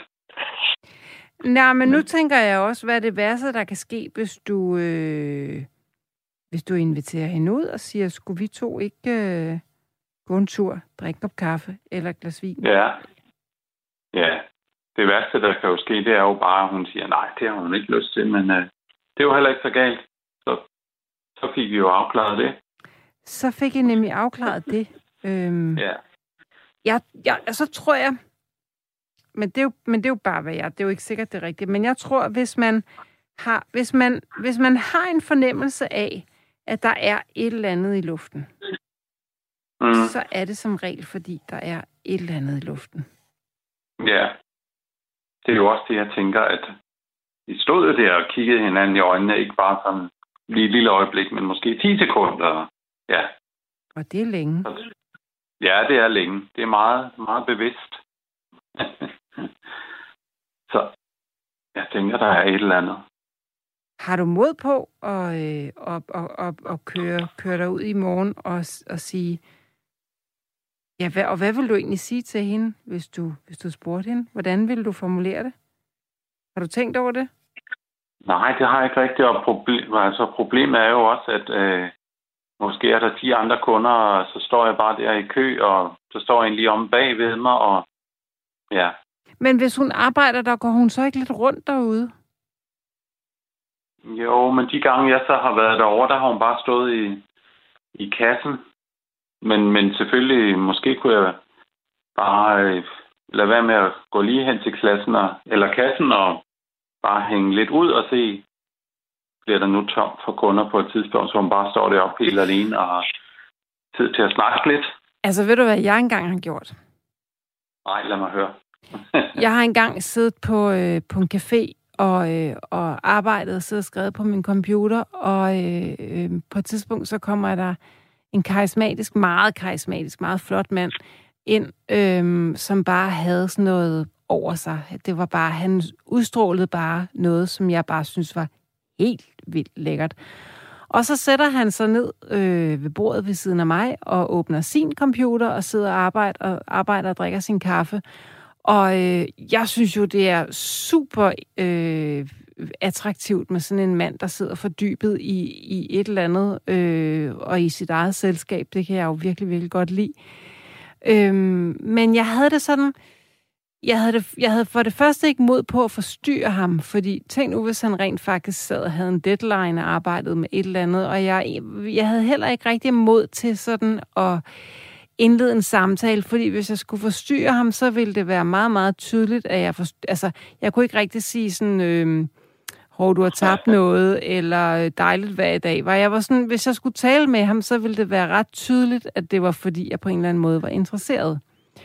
Nej, men nu tænker jeg også, hvad er det værste, der kan ske, hvis du... Øh... Hvis du inviterer hende ud og siger, skulle vi to ikke øh, gå en tur, drikke en kop kaffe eller et glas vin? Ja. Ja. Det værste, der kan jo ske, det er jo bare, at hun siger, nej, det har hun ikke lyst til, men øh, det er jo heller ikke så galt. Så, så fik vi jo afklaret det. Så fik I nemlig afklaret det. Øhm, ja. Jeg, jeg, så tror jeg, men det, er jo, men det er jo bare, hvad jeg, det er jo ikke sikkert, det er rigtigt, men jeg tror, hvis man har, hvis man, hvis man har en fornemmelse af, at der er et eller andet i luften, mm. så er det som regel, fordi der er et eller andet i luften. Ja. Det er jo også det, jeg tænker, at I stod der og kiggede hinanden i øjnene, ikke bare sådan lige et lille øjeblik, men måske ti sekunder. Ja. Og det er længe. Ja, det er længe. Det er meget, meget bevidst. Så jeg tænker, der er et eller andet. Har du mod på at, øh, at, at, at, at køre, køre dig ud i morgen og, og sige, ja, hvad, og hvad vil du egentlig sige til hende, hvis du, hvis du spurgte hende? Hvordan vil du formulere det? Har du tænkt over det? Nej, det har jeg ikke rigtigt. Og problem, altså, problemet er jo også, at øh, måske er der ti andre kunder, og så står jeg bare der i kø, og så står en lige om bag ved mig, og ja. Men hvis hun arbejder der, går hun så ikke lidt rundt derude? Jo, men de gange, jeg så har været derovre, der har hun bare stået i, i kassen. Men, men selvfølgelig, måske kunne jeg bare øh, lade være med at gå lige hen til klassen og, eller kassen og bare hænge lidt ud og se, bliver der nu tom for kunder på et tidspunkt, så hun bare står deroppe helt alene og har tid til at snakke lidt. Altså, ved du hvad jeg engang har gjort? Nej, lad mig høre. Jeg har engang siddet på, øh, på en café og, øh, og arbejdet og siddet og skrevet på min computer, og øh, øh, på et tidspunkt så kommer der en karismatisk, meget karismatisk, meget flot mand ind, øh, som bare havde sådan noget over sig. Det var bare, han udstrålede bare noget, som jeg bare synes var helt vildt lækkert. Og så sætter han sig ned øh, ved bordet ved siden af mig og åbner sin computer og sidder og arbejder og, arbejder og drikker sin kaffe. Og øh, jeg synes jo, det er super øh, attraktivt med sådan en mand, der sidder fordybet i, i et eller andet øh, og i sit eget selskab. Det kan jeg jo virkelig, virkelig godt lide. Øh, men jeg havde det sådan... Jeg havde, det, jeg havde for det første ikke mod på at forstyrre ham, fordi tænk nu, hvis han rent faktisk sad og havde en deadline og arbejdede med et eller andet, og jeg, jeg havde heller ikke rigtig mod til sådan at indlede en samtale, fordi hvis jeg skulle forstyrre ham, så ville det være meget, meget tydeligt, at jeg forstyrre, altså, jeg kunne ikke rigtig sige sådan, øh, hov, du har tabt noget, eller dejligt hver dag. Var jeg var sådan, hvis jeg skulle tale med ham, så ville det være ret tydeligt, at det var fordi, jeg på en eller anden måde var interesseret.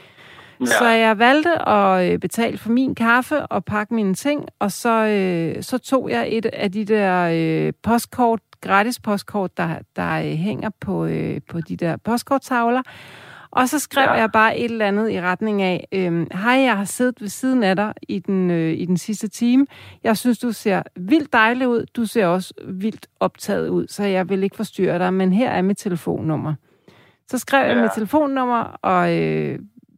Ja. Så jeg valgte at betale for min kaffe og pakke mine ting, og så, øh, så tog jeg et af de der øh, postkort, gratis postkort, der, der øh, hænger på, øh, på de der postkorttavler, og så skrev ja. jeg bare et eller andet i retning af, øh, hej, jeg har siddet ved siden af dig i den, øh, i den sidste time. Jeg synes, du ser vildt dejlig ud. Du ser også vildt optaget ud, så jeg vil ikke forstyrre dig, men her er mit telefonnummer. Så skrev ja. jeg mit telefonnummer, og... Øh,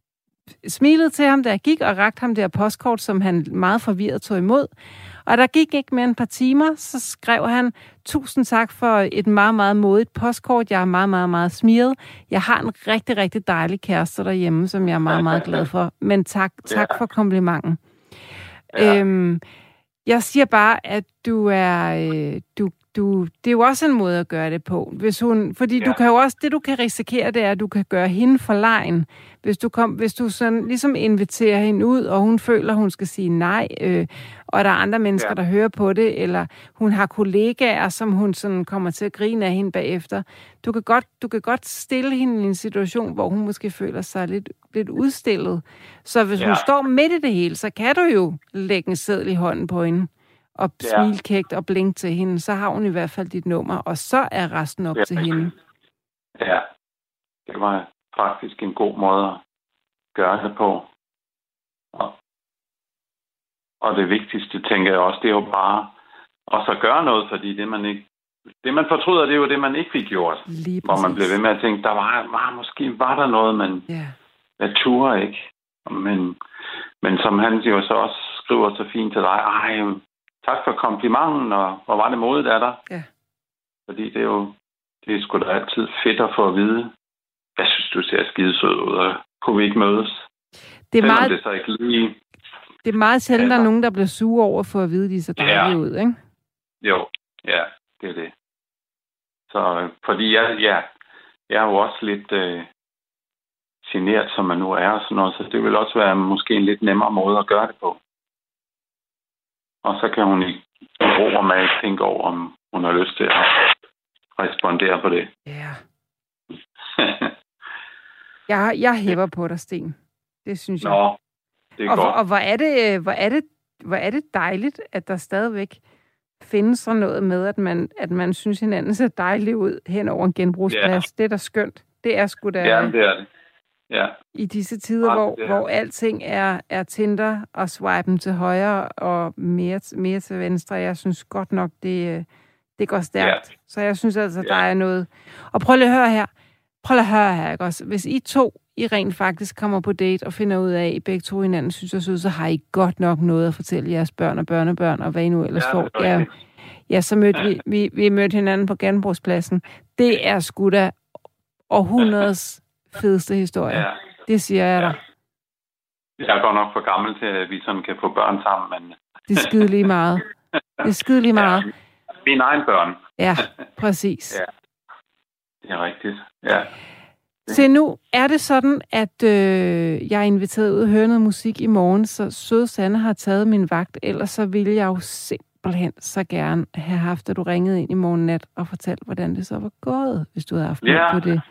smilede til ham, da jeg gik, og rakte ham der postkort, som han meget forvirret tog imod. Og der gik ikke mere end et par timer, så skrev han, tusind tak for et meget, meget modigt postkort. Jeg er meget, meget, meget smiret. Jeg har en rigtig, rigtig dejlig kæreste derhjemme, som jeg er meget, meget glad for. Men tak, tak for komplimenten. Ja. Øhm, jeg siger bare, at du er... Øh, du, du, det er jo også en måde at gøre det på. Hvis hun, fordi ja. du kan jo også... Det, du kan risikere, det er, at du kan gøre hende for legen. Hvis du, kom, hvis du sådan ligesom inviterer hende ud, og hun føler, hun skal sige nej, øh, og der er andre mennesker, ja. der hører på det, eller hun har kollegaer, som hun sådan kommer til at grine af hende bagefter. Du kan godt, du kan godt stille hende i en situation, hvor hun måske føler sig lidt, lidt udstillet. Så hvis ja. hun står midt i det hele, så kan du jo lægge en seddel i hånden på hende, og ja. smile kægt og blinke til hende. Så har hun i hvert fald dit nummer, og så er resten op ja. til hende. Ja, det var faktisk en god måde at gøre det på. Og, og det vigtigste, tænker jeg også, det er jo bare også at gøre noget, fordi det man ikke, det man fortryder, det er jo det, man ikke fik gjort. Hvor man blev ved med at tænke, der var, var måske var der noget, man yeah. jeg turde ikke. Men, men som han jo så også skriver så fint til dig, ej, tak for komplimenten, og hvor var det modigt af dig. Yeah. Fordi det er jo, det er sgu da altid fedt at få at vide, jeg synes, du ser skidesød ud, og kunne vi ikke mødes? Det er meget, det så ikke lige... det er meget sjældent, der er nogen, der bliver sure over for at vide, de så dejlige ja. ud, ikke? Jo, ja, det er det. Så, fordi jeg, ja, jeg er jo også lidt øh, genert, som man nu er, og sådan noget, så det vil også være måske en lidt nemmere måde at gøre det på. Og så kan hun i ro og mag tænke over, om hun har lyst til at respondere på det. Ja. Yeah. jeg, jeg hæver på dig, Sten. Det synes jeg. Nå, det er og, godt. Og hvor er det, hvor er det, hvor er det dejligt, at der stadigvæk findes sådan noget med, at man, at man synes, hinanden ser dejlig ud hen over en genbrugsplads. Yeah. Det er da skønt. Det er sgu da... Ja, det er det. Ja. I disse tider, ja, hvor, hvor alting er, er Tinder og swipen til højre og mere, mere til venstre. Jeg synes godt nok, det, det går stærkt. Ja. Så jeg synes altså, ja. der er noget... Og prøv lige at høre her. Prøv lige at høre her, ikke også? Hvis I to, I rent faktisk kommer på date og finder ud af, at I begge to hinanden synes er søde, så har I godt nok noget at fortælle jeres børn og børnebørn, og hvad I nu ellers ja, får. Ja, ja, så mødte ja. vi, vi, vi mødte hinanden på genbrugspladsen. Det er sgu da århundredes fedeste historie. Ja. Det siger jeg dig. Ja. Jeg er godt nok for gammel til, at vi sådan kan få børn sammen, men... Det er skide lige meget. Det er skide lige meget. Ja, mine egne børn. Ja, præcis. Ja. Det er rigtigt, ja. Se, nu er det sådan, at øh, jeg er inviteret ud og høre noget musik i morgen, så søde Sanne har taget min vagt, ellers så ville jeg jo simpelthen så gerne have haft, at du ringede ind i morgen nat og fortalte, hvordan det så var gået, hvis du havde haft ja. på det.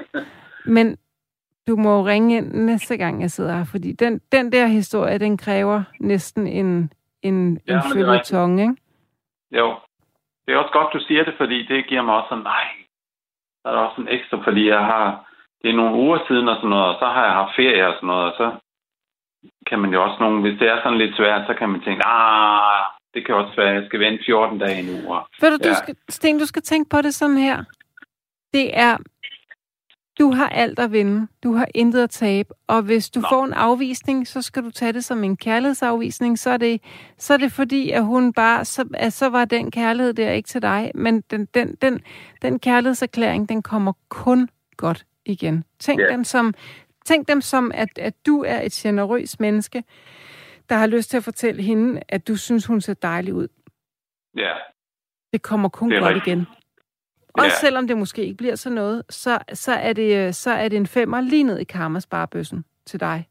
Men du må ringe ind næste gang, jeg sidder her, fordi den, den der historie, den kræver næsten en, en, ja, en følgetong, ikke? Jo, det er også godt, du siger det, fordi det giver mig også sådan, nej, der er også en ekstra, fordi jeg har, det er nogle uger siden og sådan noget, og så har jeg haft ferie og sådan noget, og så kan man jo også nogle, hvis det er sådan lidt svært, så kan man tænke, ah, det kan også være, jeg skal vente fjorten dage i en uge. Ved du, ja. du skal, Sten, du skal tænke på det sådan her. Det er, du har alt at vinde. Du har intet at tabe. Og hvis du Nå. får en afvisning, så skal du tage det som en kærlighedsafvisning. Så er det, så er det fordi, at hun bare, så, at så var den kærlighed der ikke til dig. Men den, den, den, den kærlighedserklæring, den kommer kun godt igen. Tænk yeah. dem som, tænk dem som at, at du er et generøst menneske, der har lyst til at fortælle hende, at du synes, hun ser dejlig ud. Ja. Yeah. Det kommer kun det godt rigtigt. igen. Også ja. selvom det måske ikke bliver sådan noget, så, så, er det, så er det en femmer lige ned i karmasparebøssen til dig.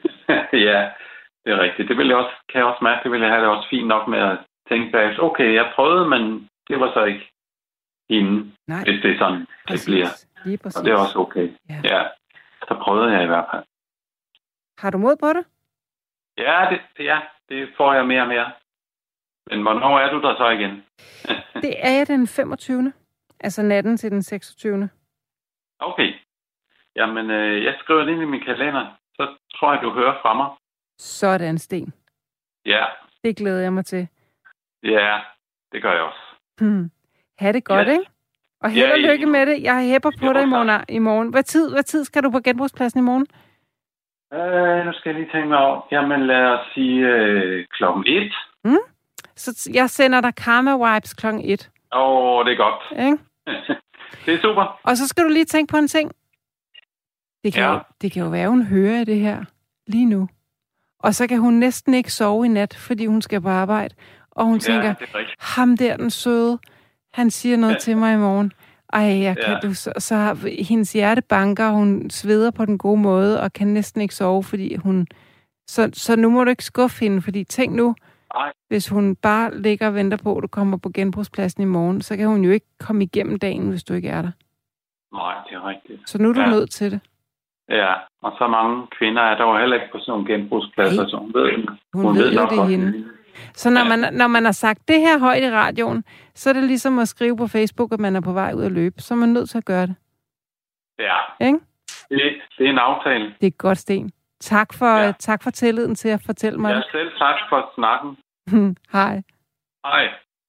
Ja, det er rigtigt. Det vil jeg også, kan jeg også mærke, det vil jeg have det også fint nok med at tænke bag. Okay, jeg prøvede, men det var så ikke hende, Nej. hvis det er sådan, præcis. det bliver. Lige præcis. Og det er også okay. Ja. ja, så prøvede jeg i hvert fald. Har du mod på det? Ja, det, det, ja, det får jeg mere og mere. Men hvornår er du der så igen? Det er jeg den femogtyvende Altså natten til den seksogtyvende Okay. Jamen, øh, jeg skriver det ind i min kalender. Så tror jeg, du hører fra mig. Sådan, Sten. Ja. Det glæder jeg mig til. Ja, det gør jeg også. Hmm. Ha' det godt, ja. ikke? Og held ja, og lykke med det. Jeg hæpper på jo, dig i morgen. i morgen. Hvad tid, hvad tid skal du på genbrugspladsen i morgen? Øh, nu skal jeg lige tænke mig om. Jamen, lad os sige øh, klokken et. Mm? Så jeg sender dig karma vibes klokken et. Åh, oh, det er godt. Ikke? Det er super. Og så skal du lige tænke på en ting. Det kan, ja. jo, det kan jo være, hun hører i det her lige nu. Og så kan hun næsten ikke sove i nat, fordi hun skal på arbejde. Og hun tænker, ja, ham der, den søde, han siger noget ja. til mig i morgen. Ej, jeg kan ja. du, så, så har hendes hjerte banker, hun sveder på den gode måde, og kan næsten ikke sove, fordi hun... Så, så nu må du ikke skuffe hende, fordi tænk nu, Ej. hvis hun bare ligger og venter på, at du kommer på genbrugspladsen i morgen, så kan hun jo ikke komme igennem dagen, hvis du ikke er der. Nej, det er rigtigt. Så nu er du ja. nødt til det. Ja, og så mange kvinder er der jo heller ikke på sådan nogle genbrugspladser, så hun ved, hun hun ved, ved jo, det er hende. Så når, ja. man, når man har sagt det her højt i radioen, så er det ligesom at skrive på Facebook, at man er på vej ud at løbe. Så er man nødt til at gøre det. Ja. Ikke? Det, det er en aftale. Det er godt, Sten. Tak for, ja. tak for tilliden til at fortælle mig. Ja, selv tak for snakken. Hej. Hej.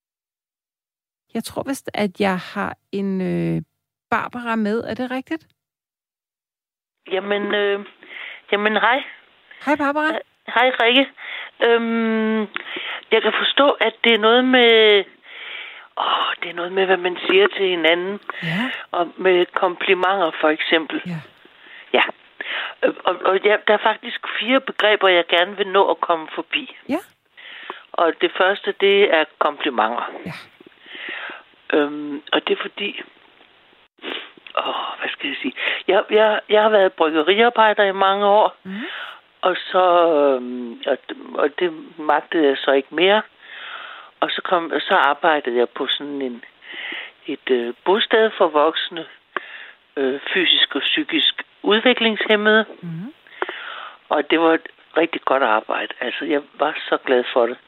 Jeg tror vist, at jeg har en øh, Barbara med. Er det rigtigt? Jamen, øh, jamen hej. Hej, Barbara. Uh, hej, Rikke. Øhm, jeg kan forstå, at det er noget med... Åh, det er noget med, hvad man siger til hinanden. Ja. Og med komplimenter, for eksempel. Ja. Ja. Og, og ja, der er faktisk fire begreber, jeg gerne vil nå at komme forbi. Ja. Og det første, det er komplimenter. Ja. Øhm, og det er fordi... Åh, hvad skal jeg sige? Jeg, jeg, jeg har været bryggeriarbejder i mange år. Mm. Og så... Øhm, og, og det magtede jeg så ikke mere. Og så, kom, så arbejdede jeg på sådan en, et øh, bosted for voksne, øh, fysisk og psykisk udviklingshæmmede. Mm. Og det var et rigtig godt arbejde. Altså, jeg var så glad for det.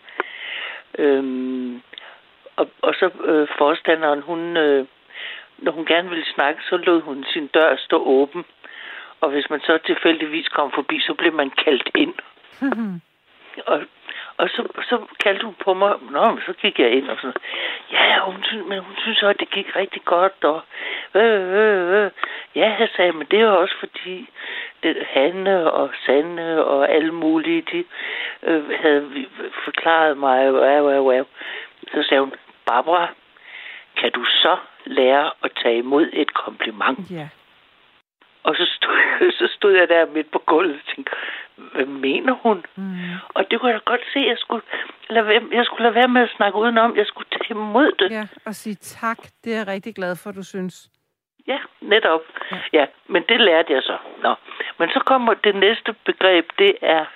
Øhm, og, og så øh, forstanderen, hun, øh, når hun gerne ville snakke, så lod hun sin dør stå åben. Og hvis man så tilfældigvis kom forbi, så blev man kaldt ind. Mm-hmm. Og, og så, så kaldte hun på mig. Nå, så gik jeg ind og sådan. Ja, hun synes, men hun synes også, at det gik rigtig godt. Og øh, øh, øh. Ja, jeg sagde, men det er også fordi det, Hanne og Sanne og alle mulige, de øh, havde forklaret mig. Wow, wow, wow. Så sagde hun, Barbara, kan du så lære at tage imod et kompliment? Ja. Yeah. Og så stod, så stod jeg der midt på gulvet og tænkte, hvad mener hun? Mm. Og det kunne jeg godt se, at jeg skulle, lade være, jeg skulle lade være med at snakke udenom. Jeg skulle tage imod det. Ja, og sige tak. Det er jeg rigtig glad for, du synes. Ja, netop. Ja, ja, men det lærte jeg så. Nå. Men så kommer det næste begreb, det er,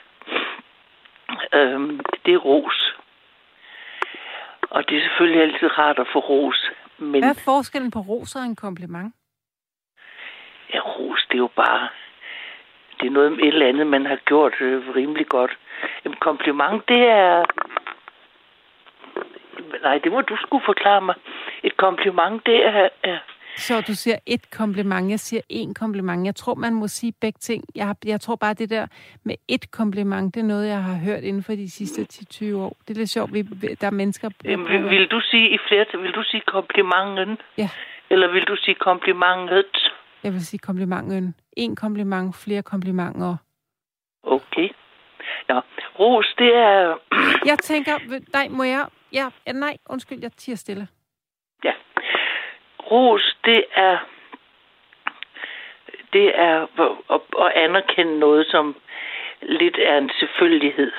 øhm, det er ros. Og det er selvfølgelig altid rart at få ros. Men hvad er forskellen på ros og en kompliment? Ja, ros, det er jo bare... Det er noget med et eller andet, man har gjort øh, rimelig godt. En kompliment, det er... Nej, det må du skulle forklare mig. Et kompliment, det er... er... Så du siger et kompliment, jeg siger en kompliment. Jeg tror, man må sige begge ting. Jeg, har, jeg tror bare, det der med et kompliment, det er noget, jeg har hørt inden for de sidste ti til tyve år. Det er lidt sjovt, vi, der er mennesker... Vil, vil du sige i flertal, vil du sige komplimenten? Ja. Eller vil du sige komplimentet? Jeg vil sige komplimenten. En kompliment, flere komplimenter. Okay. Nå, ros, det er... Jeg tænker... Nej, må jeg... Ja, nej, undskyld, jeg tiger stille. Ja. Ros, det er... Det er at, at anerkende noget, som lidt er en selvfølgelighed.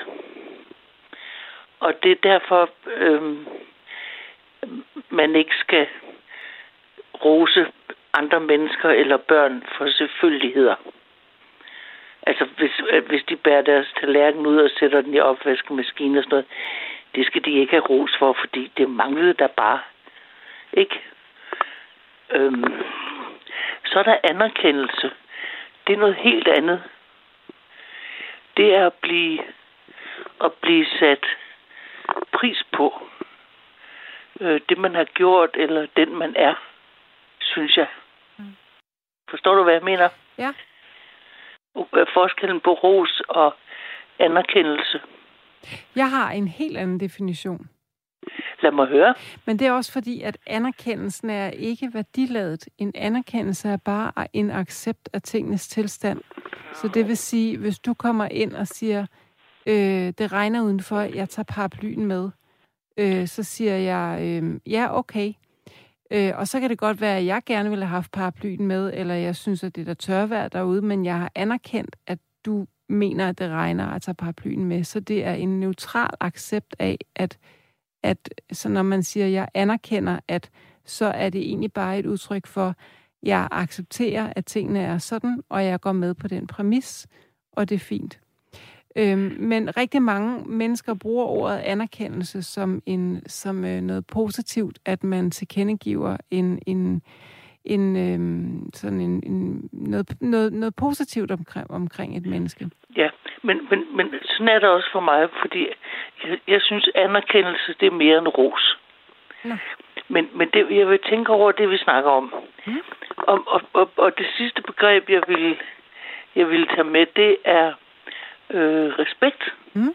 Og det er derfor, øhm, man ikke skal rose andre mennesker eller børn for selvfølgeligheder. Altså, hvis, hvis de bærer deres tallerken ud og sætter den i opvaskemaskinen og sådan noget, det skal de ikke have ros for, fordi det manglede der bare. Ikke? Øhm, så er der anerkendelse. Det er noget helt andet. Det er at blive, at blive sat pris på. Øh, det, man har gjort, eller den, man er, synes jeg. Mm. Forstår du, hvad jeg mener? Ja. Forskellen på ros og anerkendelse. Jeg har en helt anden definition. Lad mig høre. Men det er også fordi, at anerkendelsen er ikke værdiladet. En anerkendelse er bare en accept af tingenes tilstand. Så det vil sige, hvis du kommer ind og siger, øh, det regner udenfor, jeg tager paraplyen med, øh, så siger jeg, øh, ja, okay. Øh, og så kan det godt være, at jeg gerne ville have haft paraplyen med, eller jeg synes, at det er der tørvejr derude, men jeg har anerkendt, at du mener, at det regner og tager paraplyen med. Så det er en neutral accept af, at, at så når man siger, at jeg anerkender, at så er det egentlig bare et udtryk for, jeg accepterer, at tingene er sådan, og jeg går med på den præmis, og det er fint. Øhm, men rigtig mange mennesker bruger ordet anerkendelse som, en, som øh, noget positivt, at man tilkendegiver en, en, en, øhm, sådan en, en, noget, noget, noget positivt omkring, omkring et menneske. Ja, men, men, men sådan er det også for mig, fordi jeg, jeg synes, anerkendelse, det er mere end ros. Nå. Men, men det, jeg vil tænke over det, vi snakker om. Mm. Og, og, og, og det sidste begreb, jeg vil, jeg vil tage med, det er øh, respekt. Mm.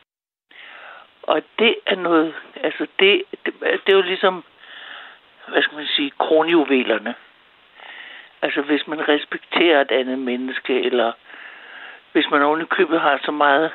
Og det er noget, altså det, det, det er jo ligesom, hvad skal man sige, kronjuvelerne. Altså hvis man respekterer et andet menneske, eller hvis man oven i købet har så meget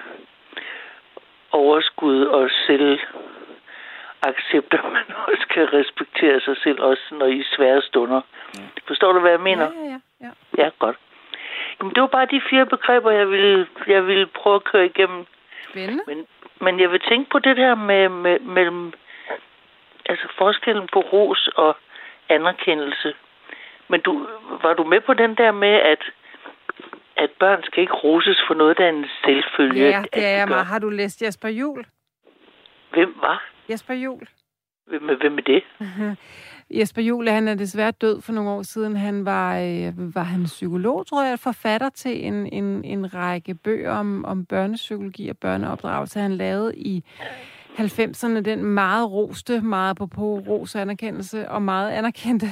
overskud og selv accepter, at man også kan respektere sig selv, også når I er svære stunder. Mm. Forstår du, hvad jeg mener? Ja, ja, ja. Ja, godt. Jamen, det var bare de fire begreber, jeg ville, jeg ville prøve at køre igennem. Spændende. Men, men jeg vil tænke på det der med, med mellem, altså forskellen på ros og anerkendelse. Men du, var du med på den der med, at, at børn skal ikke roses for noget, der er en selvfølge? Ja, det er jeg meget. Har du læst Jesper Juhl? Hvem var? Jesper Juhl. Hvem, hvem er det? Jesper Juhl, han er desværre død for nogle år siden. Han var, øh, var han psykolog, tror jeg, forfatter til en, en, en række bøger om, om børnepsykologi og børneopdragelse. Han lavede i halvfemserne den meget roste, meget på ros og anerkendelse, og meget anerkendte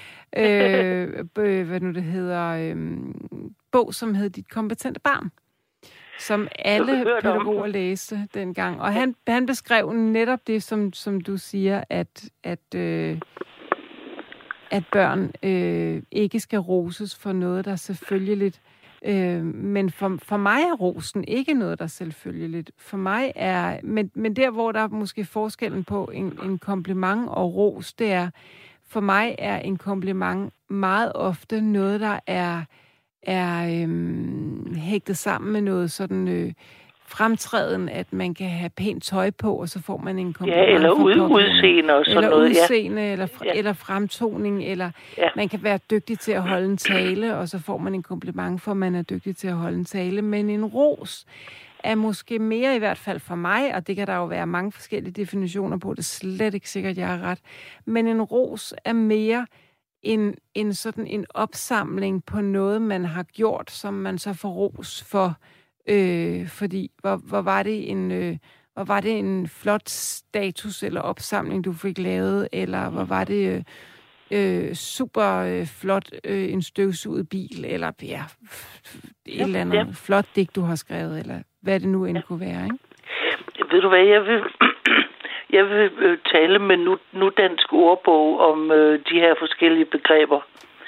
øh, hvad nu det hedder, øh, bog, som hed Dit kompetente barn, som alle pædagoger læste dengang. Og han, han beskrev netop det, som, som du siger, at, at, øh, at børn øh, ikke skal roses for noget, der er selvfølgeligt. Øh, men for, for mig er rosen ikke noget, der er selvfølgeligt. For mig er... Men, men der, hvor der er måske forskellen på en, en kompliment og ros, det er, for mig er en kompliment meget ofte noget, der er... er øhm, hægtet sammen med noget sådan øh, fremtræden, at man kan have pænt tøj på, og så får man en kompliment. Ja, eller ud, udseende og sådan eller noget. Udseende, ja. eller, ja. eller fremtoning, eller ja. Man kan være dygtig til at holde en tale, og så får man en kompliment for, at man er dygtig til at holde en tale. Men en ros er måske mere, i hvert fald for mig, og det kan der jo være mange forskellige definitioner på, det er slet ikke sikkert, jeg har ret, men en ros er mere En, en sådan en opsamling på noget, man har gjort, som man så får ros for, øh, fordi hvor, hvor var det en øh, hvor var det en flot status eller opsamling, du fik lavet, eller hvor var det øh, øh, super øh, flot øh, en støvsuget bil, eller ja, et ja, eller andet ja. flot digt, du har skrevet, eller hvad det nu end ja. kunne være, ikke? Ved du hvad, jeg vil... Jeg vil øh, tale med nu, nu dansk ordbog om øh, de her forskellige begreber.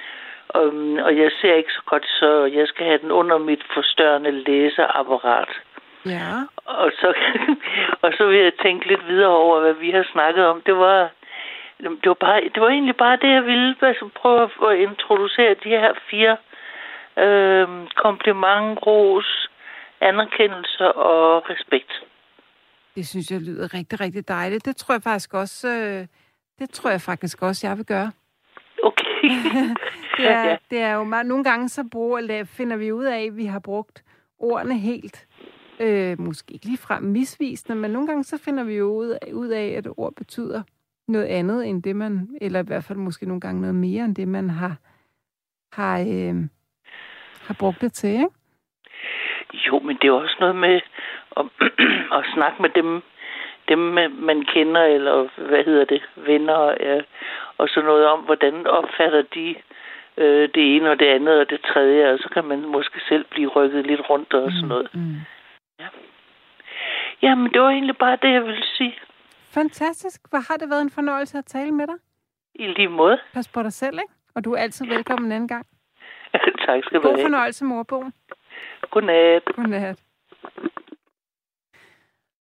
Um, og jeg ser ikke så godt, så jeg skal have den under mit forstørrende læseapparat. Ja. Og så, og så vil jeg tænke lidt videre over, hvad vi har snakket om. Det var, det var, bare, det var egentlig bare det, jeg ville altså prøve at introducere de her fire øh, kompliment, ros, anerkendelse og respekt. Det synes jeg lyder rigtig, rigtig dejligt. Det tror jeg faktisk også, øh, det tror jeg faktisk også, jeg vil gøre. Okay. det, er, ja. det er jo meget, nogle gange så bruger, finder vi ud af, at vi har brugt ordene helt, øh, måske ikke ligefrem misvisende, men nogle gange så finder vi jo ud, ud af, at ord betyder noget andet end det, man, eller i hvert fald måske nogle gange noget mere end det, man har, har, øh, har brugt det til, ikke? Jo, men det er også noget med at, at snakke med dem, dem man kender, eller hvad hedder det, venner, ja, og så noget om, hvordan opfatter de øh, det ene og det andet og det tredje, og så kan man måske selv blive rykket lidt rundt og sådan noget. Mm, mm. Ja. Jamen, det var egentlig bare det, jeg ville sige. Fantastisk. Hvor har det været en fornøjelse at tale med dig? I lige måde. Pas på dig selv, ikke? Og du er altid velkommen en anden gang. Tak skal du have. God fornøjelse med ordbogen. Godnat. Godnat.